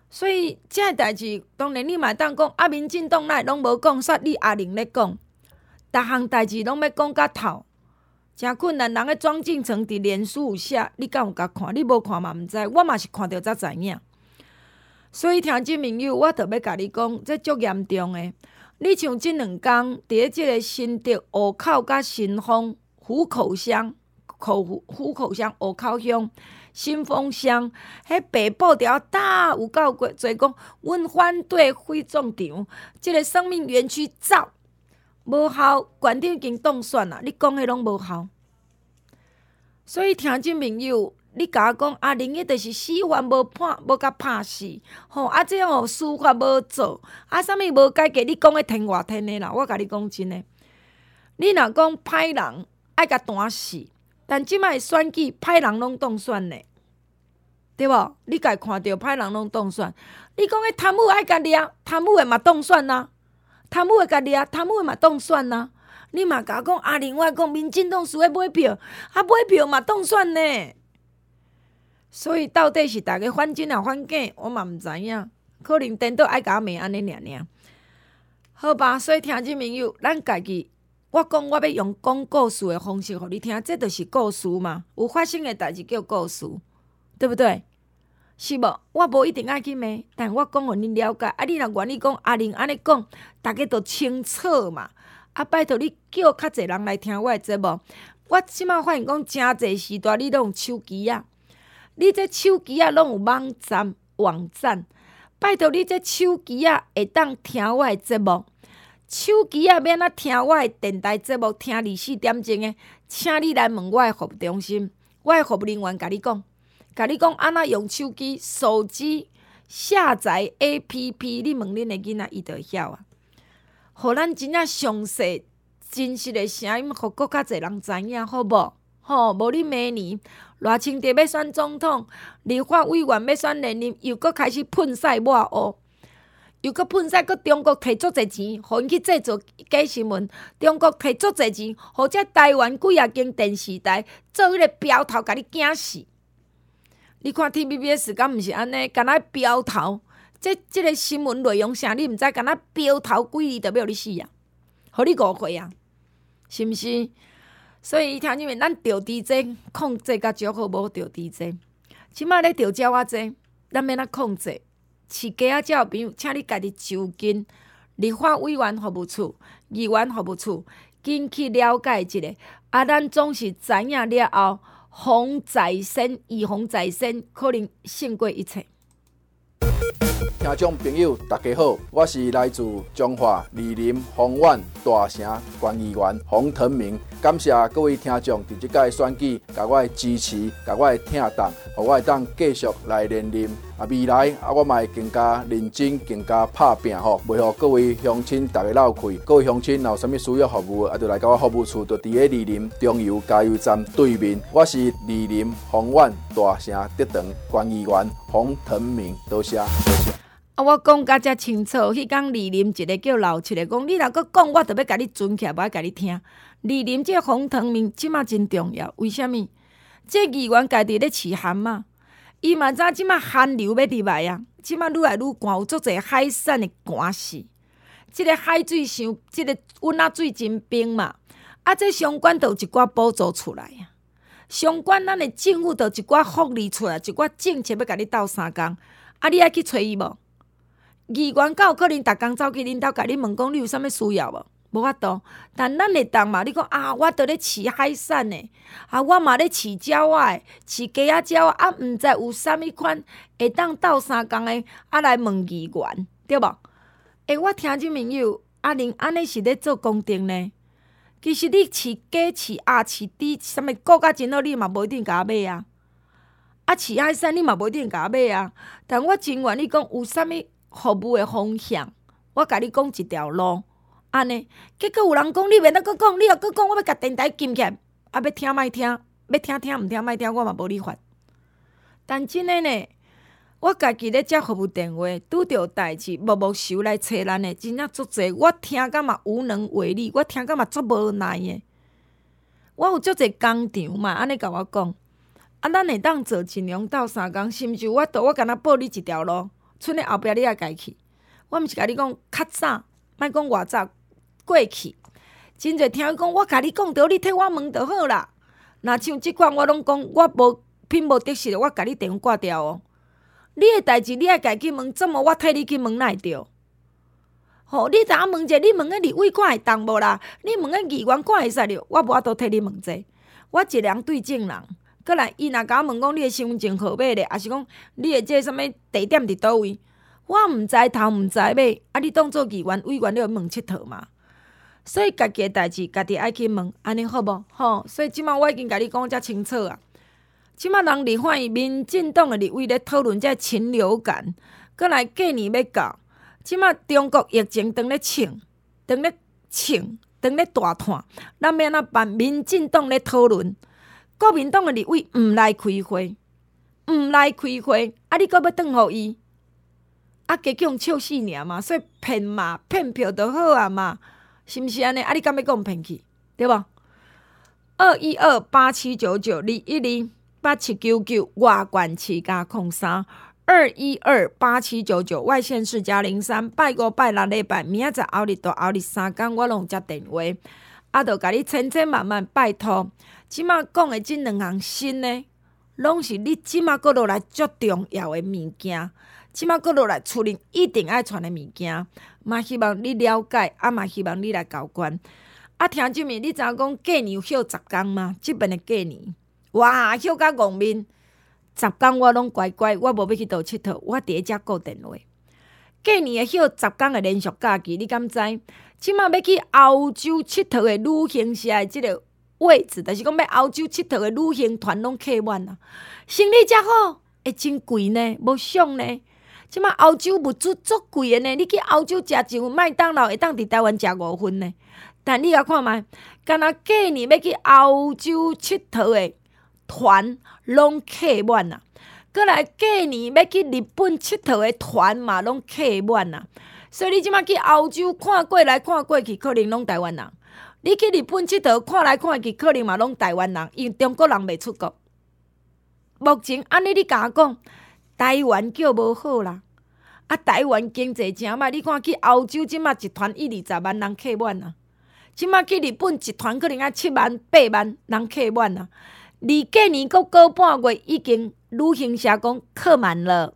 所以这个代志，当然你嘛当讲啊，民进党内拢无讲，煞你阿玲咧讲，逐项代志拢要讲甲透，诚困难。人个庄敬诚伫脸书有写，你敢有甲看？你无看嘛毋知，我嘛是看着才知影。所以听众朋友，我特要甲你讲，这足严重诶。你像即两天，伫咧即个新竹湖口甲新丰虎口乡、虎虎口乡、湖口乡、新丰乡，迄北部条大有够过侪讲，阮反对火葬场，即个生命园区走无效，县长已经当选啦。你讲迄拢无效，所以听众朋友。你甲我讲，阿玲伊就是死法无判，无甲拍死，吼啊！这样吼司法无做，啊，啥物无解决？你讲个天外天的啦，我甲你讲真诶。你若讲歹人爱甲弹死，但即摆选举歹人拢当选呢，对无？你家看到歹人拢当选，你讲个贪污爱甲掠，贪污诶嘛当选啊，贪污诶甲掠，贪污诶嘛当选啊。你嘛甲我讲阿玲，我讲民进党输诶买票，啊买票嘛当选呢。所以到底是大家反真啊反假，我嘛毋知影，可能颠倒爱甲我骂安尼尔尔。好吧，所以听众朋友，咱家己，我讲我要用讲故事的方式互你听，这就是故事嘛。有发生的代志叫故事，对不对？是无？我无一定爱去骂，但我讲互你了解。啊，你若愿意讲阿玲安尼讲，大家都清楚嘛。啊，拜托你叫较侪人来听我的节目。我即摆发现讲，诚侪时代你拢有手机啊。你这手机啊，拢有网站、网站，拜托你这手机啊，会当听我的节目。手机啊，免啊听我的电台节目，听二十四点钟的，请你来问我的服务中心，我的服务人员甲你讲，甲你讲安怎用手机、手机下载 A P P， 你问恁的囡仔，伊就会晓啊。互咱真正详细、真实的声音，互搁较侪人知影，好无？吼，无你明年赖清德要选总统，立法委员要选连任，又搁开始喷屎抹黑，又搁喷屎，搁中国摕足侪钱，互因去制作假新闻。中国摕足侪钱，互这台湾几啊间电视台做迄个标头，甲你惊死。你看 T V B S 敢毋是安尼？敢若标头，这这个新闻内容啥你毋知？敢若标头几字就要你死啊，互你误会啊，是毋是？所以听你们，咱钓猪济控制甲足好，无钓猪济。即摆咧钓鸟仔济，咱免啊控制。饲鸡仔鸟朋友，请你家己就近立法委员服务处、议员服务处，紧去了解一下。啊，咱总是知影了后，防在身，预防在身，可能胜过一切。 听众朋友，大家好，我是来自彰化梨林丰苑大城县议员洪腾明，感谢各位听众伫即届选举，甲我的支持，甲我的听党，互我会当继续来连任。啊，未来啊，我嘛会更加认真，更加拍拼吼，袂互各位乡亲大家漏气。各位乡亲若有啥物需要服务，啊，就来到我服务处，就伫咧梨林中油加油站对面。我是梨林丰苑大城竹塘县议员洪腾明，多谢。 啊，我讲甲遮清楚，迄天梨林一个叫老七个讲，你若搁讲，我就要甲你存起来，无爱甲你听。梨林这洪腾明即马真重要，为虾米？这议员家己咧饲蛤蟆，伊嘛知即马寒流要入来啊，即马愈来愈寒，有足侪海产的寒死。即个海水伤，即个温仔水真冰嘛，啊，这相关就有一寡补助出来啊。相关咱的政府就一寡福利出来，一寡政策要甲你斗相共，啊，你爱去找伊无？议员敢有可能逐工走去恁兜甲你问讲你有啥物需要无？无法度，但咱会当嘛？你讲啊，我倒咧饲海产的，啊，我嘛咧饲鸟仔的，饲鸡仔鸟啊，毋知有啥物款会当斗相共的，啊来问议员，对无？诶，我听众朋友，阿玲安尼是咧做公正呢？其实你饲鸡、饲鸭、饲猪，啥物顾甲真好，你嘛无一定甲我买啊。啊，饲海产你嘛无一定甲我买啊。但我真愿意讲有啥物服务的方向，我甲你讲一条路，安尼。结果有人讲你免得搁讲，你若搁讲，我要甲电台禁起来，啊，要听莫听，要听听毋听莫听，我嘛无你法。但真诶呢，我家己咧接服务电话，拄着代志，默默收来找咱诶，真正足侪。我听甲嘛无能为力，我听甲嘛足无奈诶。我有足侪工场嘛，安尼甲我讲，啊，咱会当做尽量斗相共，甚至我倒我敢若报你一条路。 剩的后壁你也家去。我毋是甲你讲较早，莫讲偌早过去。真侪听伊讲，我甲你讲着，你替我问就好啦。若像即款，我拢讲我无品无得失，我甲你电话挂掉哦。你的代志，你爱家去问，怎么我替你去问哪会着？吼，你当问者，你问个立委看会当无啦？你问个议员看会使着？我无法度替你问者，我一人对正人。过来，伊若甲我问讲你的身份证号码咧，还是讲你的这啥物地点伫倒位？我毋知头毋知尾，啊！你当做议员委员，你要问佚佗嘛？所以家己的代志，家己爱去问，安尼好无？吼！所以即马我已经甲你讲遮清楚啊。即马人立法院民进党的立委咧讨论遮禽流感，过来过年要到，即马中国疫情当咧冲，当咧冲，当咧大摊，咱要安怎办？民进党咧讨论。国民党的立委毋来开会，毋来开会，啊！你阁要转互伊，啊，加叫笑死尔嘛，所以骗嘛，骗票就好啊嘛，是毋是安尼？啊，你敢要讲骗去，对无？二一二八七九九二一二八七九九外管七加空三二一二八七九九外县市加零三拜五拜六礼拜明仔载后日到后日三天，我拢接电话，啊，著甲你千千万万拜托。即马讲的即两项新的，拢是你即马搁落来足重要的物件。即马搁落来厝里一定爱传的物件，嘛希望你了解，啊嘛希望你来交关。啊，听即面，你知影讲过年有休十天吗？即边的过年，哇，休甲戆面，十天我拢乖乖，我无要去倒佚佗，我伫咧遮顾电话。过年的休十天的连续假期，你敢知？即马要去欧洲佚佗的旅行社的即个位置，就是讲要欧洲佚佗的旅行团拢客满啊，生理遮好，会真贵呢，无俗呢。即马欧洲物资足贵的呢，你去欧洲食一份麦当劳会当伫台湾食五份呢。但你甲看觅，敢若过年要去欧洲佚佗的团拢客满啊，过来过年要去日本佚佗的团嘛拢客满啊。所以你即马去欧洲看过来看过去，可能拢台湾人。你去日本佚佗看来看去，可能嘛拢台湾人，因为中国人袂出国。目前安尼你甲我讲，台湾叫无好啦，啊台湾经济真歹，你看去欧洲即马一团一二十万人客满啊，即马去日本一团可能啊七万八万人客满啊，离过年阁过半月，已经旅行社讲客满了。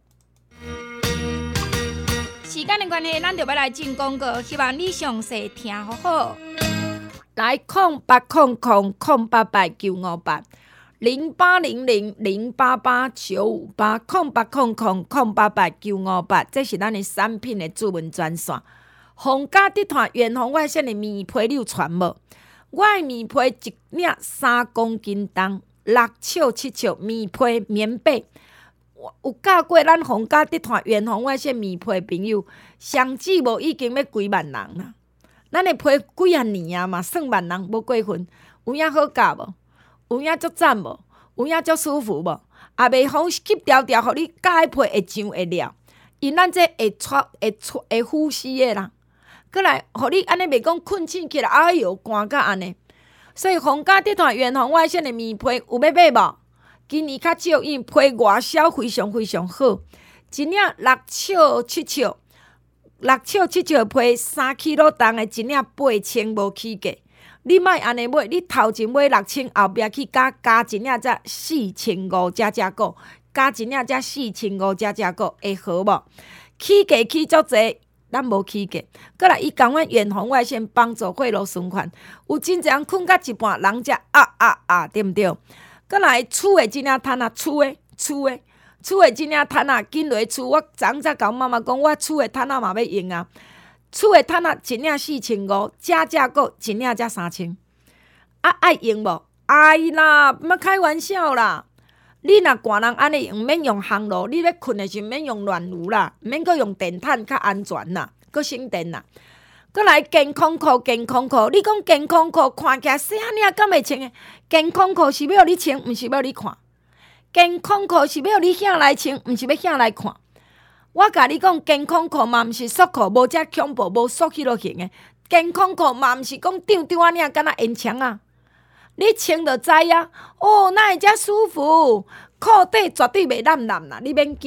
时间的关系，咱就要来进广告，希望你详细听好好。来，空八空空空八八九五八零八零零零八八九五八空八空空空八八九五八，这是咱的产品的主文专线。皇家集团远红外线的棉被你有传无？我的棉被一领三公斤重，六尺七尺棉被棉被。有教过咱皇家集团远红外线棉被的朋友，上至无已经要几万人啦。咱的被几啊年啊嘛，算万人无过分，有影好教无？有影足赞无？有影足舒服无？也袂风吸条条，互你盖被会上会了，因咱这会喘会喘会呼吸的啦。过来，互你安尼袂讲困醒起来，哎哟，寒甲安尼。所以皇家集团远红外线的棉被有要买无？今年较少，因被外销非常非常好，一领六尺七尺。六尺七尺被三公斤重的，一领八千无起价。你莫安尼买，你头前买六千，后壁去加加一领才四千五，加加个加一领才四千五，加加个会好无？起价起足济，咱无起价。过来，伊讲阮远红外线帮助血路循环，有真侪人困到一半，人才啊啊啊，对毋对？过来，厝的即领摊啊，厝的厝的。厝的即领摊啊，紧落厝。我昨昏才甲阮妈妈讲，我厝的摊啊嘛要用啊。厝的摊啊一领四千五，加价个一领才三千。啊，爱用无？哎啦，莫开玩笑啦！你若寒人安尼用，免用烘炉。你要困的时免用暖炉啦，免阁用电炭较安全啦，阁省电啦。过来健康裤，健康裤，你讲健康裤看起来细汉仔敢会穿的？健康裤是要你穿，毋是要你看。健康裤是要你遐来穿，毋是要遐来看。我甲你讲，健康裤嘛毋是束裤，无遮恐怖，无束迄落型的。健康裤嘛毋是讲张张安尼啊，敢若烟枪啊。你穿就知啊，哦，哪会遮舒服？裤底绝对袂烂烂啦，你免惊。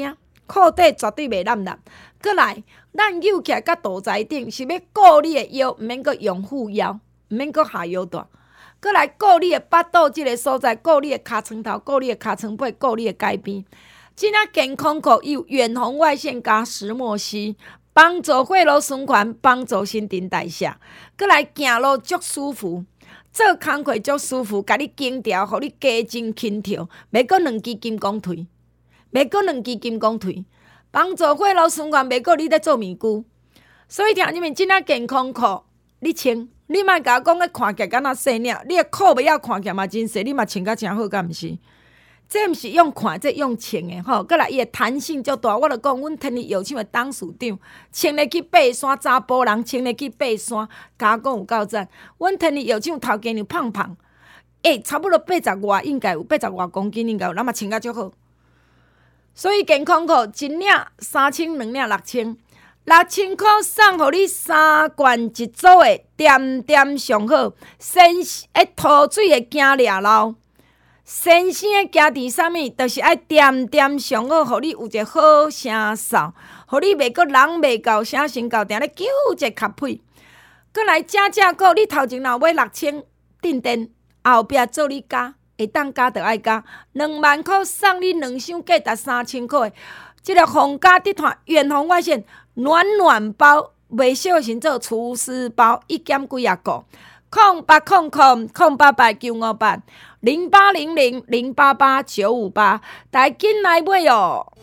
裤底绝对袂烂烂。过来，咱扭起来甲肚脐顶是要顾你的腰，毋免阁用护腰，毋免阁下腰大。过来顾你的巴肚即个所在，顾你的尻川头，顾你的尻川背，顾你的街边。即领健康裤有远红外线加石墨烯，帮助血路循环，帮助新陈代谢。过来行路足舒服，做工课足舒服，甲你经调，互你加精轻跳，袂阁两支金刚腿，袂阁两支金刚腿，帮助血路循环，袂阁你咧做面具。所以听你们即领健康裤，你穿。你莫甲我讲，个看起来敢若细领，你的裤尾仔看起来嘛真细，你嘛穿甲真好，敢毋是？这毋是用看，这用穿的吼。过来，伊的弹性足大，我著讲，阮天日药厂的董事长穿咧去爬山，查甫人穿咧去爬山，甲我讲有够赞。阮天日药厂头家娘胖胖，诶、欸，差不多八十外应该有，八十外公斤应该有，咱嘛穿甲足好。所以健康裤一领三千，两领六千。六千块送互你三罐一组的点点上好，新诶吐水的惊掠漏，新鲜的家伫啥物，就是爱点点上好，互你有一个好声哨，互你袂阁人袂够声神够定咧揪一个卡屁。过来正正个，你头前若买六千订单，后壁做你加，会当加就爱加，两万块送你两箱价值三千块的，即个皇家地毯远红外线。暖暖包袂小心做厨师包，一减几啊个？空八空空空八八九五八零八零零零八八九五八，大家紧来买哦！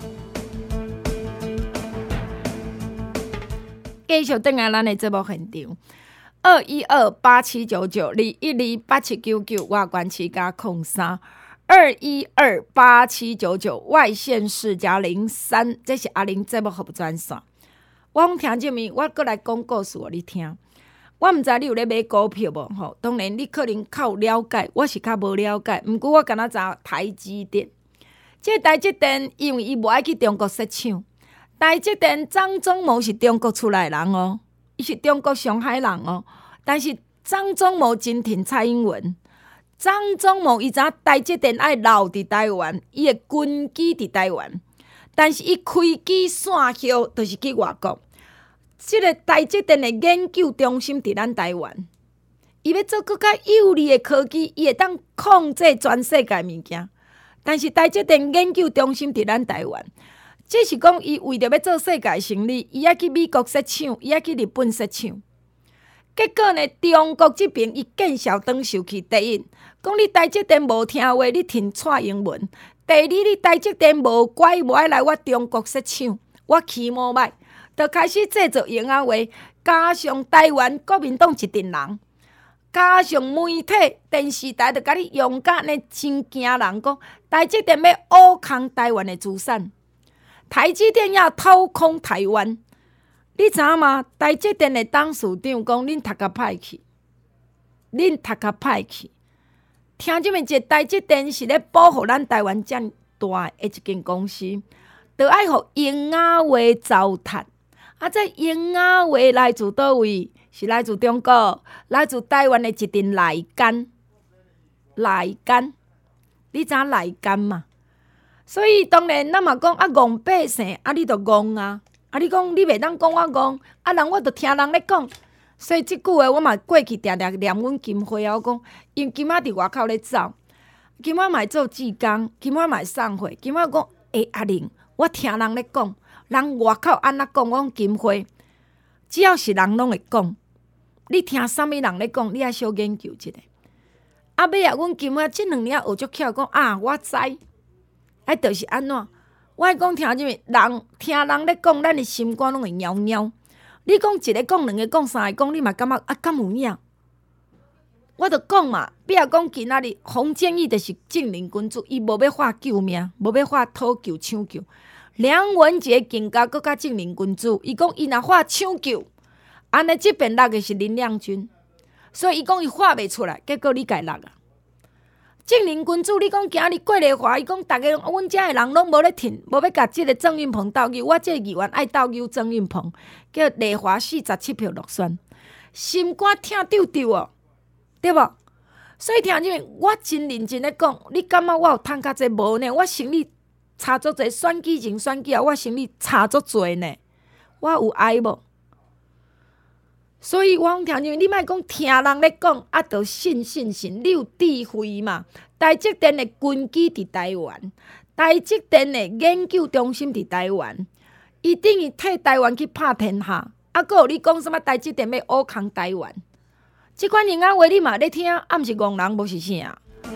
继续等下咱的节目现场，二一二八七九九二一二八七九九外关七加空三。二一二八七九九外县市加零三，这是阿玲节目服务专线。我讲听这面，我过来讲故事互你听。我毋知你有咧买股票无吼？当然你可能较有了解，我是较无了解。毋过我敢若知台积电，这台积电因为伊无爱去中国设厂，台积电张忠谋是中国出来的人哦，伊是中国上海人哦。但是张忠谋真挺蔡英文。张忠谋伊知影台积电爱留伫台湾，伊的军机伫台湾，但是伊开机线后就是去外国。即、這個台积電的研究中心伫咱台灣，伊要做更加有利的科技，伊會當控制全世界物件。但是台積電研究中心伫咱台灣，即是講伊為着要做世界生意，伊愛去美國設廠，伊愛去日本設廠。結果呢，中國這邊伊見效當受氣第一，講你台積電無聽話，你聽蔡英文；第二，你台積電無乖，無愛來我中國設廠，我起毛歹，就開始製造嬰仔話，加上台灣國民黨一陣人，加上媒體、電視台，就甲你用甲呢真驚人講，台積電要挖空台灣的資產，台積電要掏空台灣。你知影嗎？台積電的董事長講：恁讀較歹去，恁讀較歹去。聽這麼一台積電是咧保護咱台灣這麼大的一間公司，就愛互嬰仔話糟蹋。啊，這嬰仔話來自倒位？是來自中國，來自台灣的一陣內奸，內奸。你知影內奸嘛？所以當然，咱嘛講啊，戇百姓啊，你著戇啊。啊！你講你袂當講我講，啊人我著聽人咧講，所以即句話我嘛過去定定念阮金花啊，我講，因為金仔佇外口咧走，金仔嘛做志工，金仔嘛送貨，金仔講，誒阿玲，我聽人咧講，人外口安怎講，我講金花，只要是人攏會講，你聽啥物人咧講，你愛小研究一下。啊尾啊，阮金仔即兩年學足巧，講啊，我知，啊著是安怎？我愛講聽啥物人聽人咧講，咱的心肝攏會貓貓。你講一個講兩個講三個講，你嘛感覺啊敢有影？我著講嘛，比如講今仔日洪建義就是正人君子，伊無要發救命，無要發討救搶救。梁文傑更加閣較正人君子，伊講伊若發搶救，安尼即邊落的是林亮君，所以伊講伊發袂出來，結果你家落啊。正人君子，你講今日郭麗華，伊講逐個阮遮的人攏無咧挺，無要甲即個鄭運鵬鬥牛，我即個議員愛鬥牛鄭運鵬，叫麗華四十七票落選，心肝疼丟丟哦，對無？所以聽入面，我真認真咧講，你感覺我有趁甲這無呢？我生理查足侪选举前选举后，我心里查足侪呢。我有爱无？所以我讲听见你莫讲听人咧讲，啊，着信信信，你有智慧嘛？台积电的根基伫台湾，台积电的研究中心伫台湾，伊等于替台湾去拍天下。啊，阁有你讲什么台积电要乌空台湾？即款人啊话你嘛咧听，啊，毋是戆人，无是啥？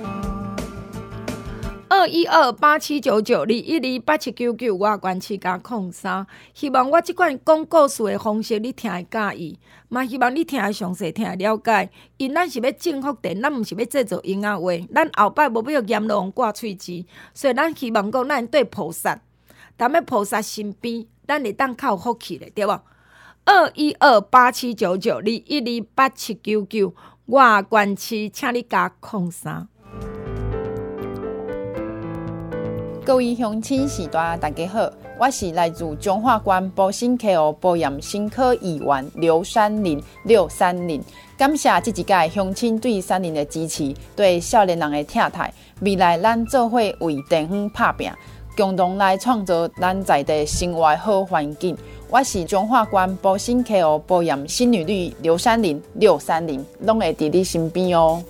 二一二八七九九二一二八七九九外关七加空三，希望我即款讲故事的方式你听会介意，嘛希望你听会详细，听会了解。因咱是要正福电，咱毋是要制造婴仔话，咱后摆无要阎罗王挂喙齿，所以咱希望讲咱对菩萨，踮咧菩萨身边，咱会当较有福气咧，对无？二一二八七九九二一二八七九九外关七，请你加空三。 各位乡亲时代大家好，我是来自中华县保新科学保养新科议员刘山林刘山林，感谢这一届乡亲对山林的支持，对少年人的疼爱。未来咱做伙为地方打拼，共同来创造咱在地生活好环境。我是中华县保新科学保养新女女刘山林刘山林，拢会伫你身边哦。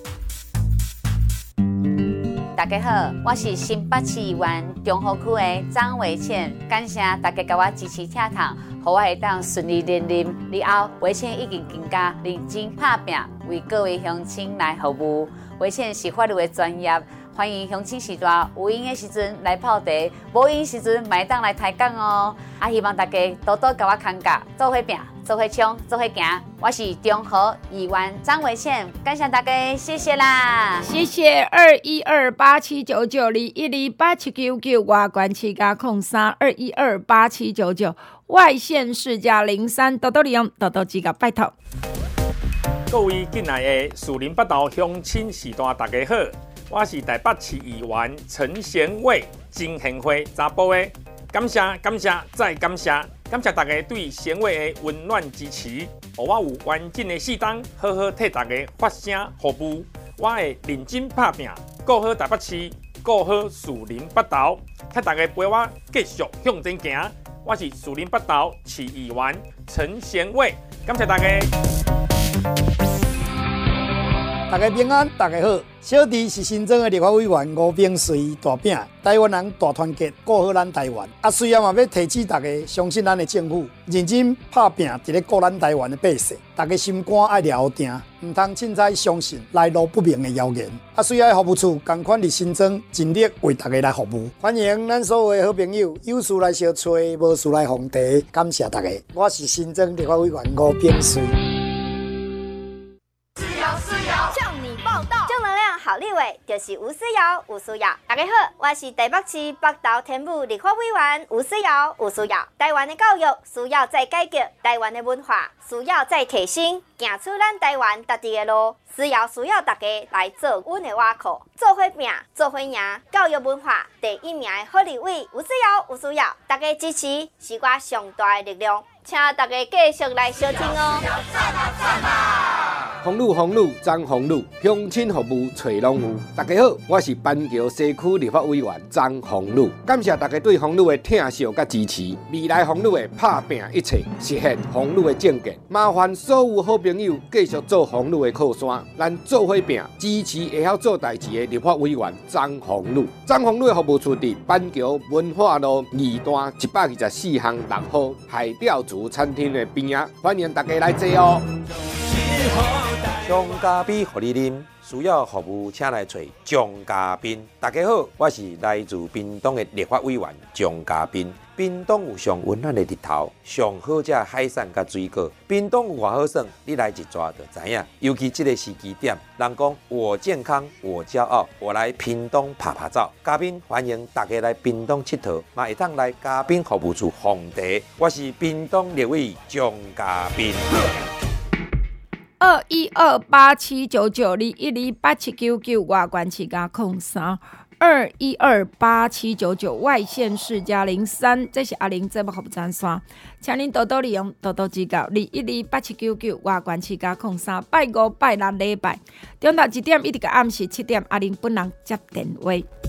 大家好，我是新北市议员中和区的张维倩，感谢大家给我支持听堂，让我会当顺利连任。以后维倩已经更加认真打拼，为各位乡亲来服务。维倩是法律的专业，欢迎乡亲时代有闲的时阵来泡茶，无闲时阵嘛会当来抬杠哦。啊，希望大家多多给我看教，做伙拼，做伙冲，做伙行。我是中和议员张维倩，感谢大家，谢谢啦， 谢谢二一二八七九九二一二八七九九外关七加空三二一二八七九九外县市加零三，多多利用，多多指教，拜托。 各位进来的树林北道乡亲时代大家好，我是台北市议员陈贤伟，真贤惠查甫的，感谢感谢再感谢，感谢大家对贤伟的温暖支持，让我有完整的四档，好好替大家发声服务。我会认真打拼，顾好台北市，顾好树林北道，请大家陪我继续向前行。我是树林北道市议员陈贤伟，感谢大家。 大家平安，大家好。小弟是新增的立法委员吴炳瑞大饼，台湾人大团结，顾好咱台湾。啊，虽然嘛要提醒大家，相信咱的政府认真拍拼，伫咧顾咱台湾的百姓。大家心肝爱了定，唔通凊彩相信来路不明的谣言。啊，需要服务处同款的新增，尽力为大家来服务。欢迎咱所有的好朋友，有事来相催，无事来逢茶。感谢大家，我是新增立法委员吴炳瑞。 好立委就是吴思瑶，吴思瑶。大家好，我是台北市北投天母立法委员吴思瑶，吴思瑶。台湾的教育需要再改革，台湾的文化需要再提升，行出咱台湾家己的路。思瑶需要大家来做阮的瓦靠，做伙拼，做伙赢。教育文化第一名的好立委吴思瑶，吴思瑶。大家支持是我上大的力量，请大家继续来收听哦。 红路红路张红路，乡亲服务找拢有。大家好，我是板桥西区立法委员张红路，感谢大家对红路的疼惜甲支持。未来红路的拍拼一切，实现红路的政见。麻烦所有好朋友继续做红路的靠山，咱做伙拼，支持会晓做代志的立法委员张红路。张红路的服务处伫板桥文化路二段一百二十四巷六号海钓族餐厅的边仔，欢迎大家来坐哦。 姜咖啡互你啉，需要服务请来找姜家斌。大家好，我是来自屏东的立法委员姜家斌。屏东有上温暖的日头，上好食海产甲水果。屏东有偌好耍，你来一抓就知影。尤其这个时机点，人讲我健康我骄傲，我来屏东拍拍照。嘉宾欢迎大家来屏东佚佗，嘛会当来嘉宾服务处奉茶。我是屏东立委姜家斌。 二一二八七九九二一二八七九九外关七加空三二一二八七九九外县市加零三，这是阿玲节目服务专线，请您多多利用，多多指教。二一二八七九九外关七加空三，拜五拜六礼拜，中昼一点一直到暗时七点，阿玲本人接电话。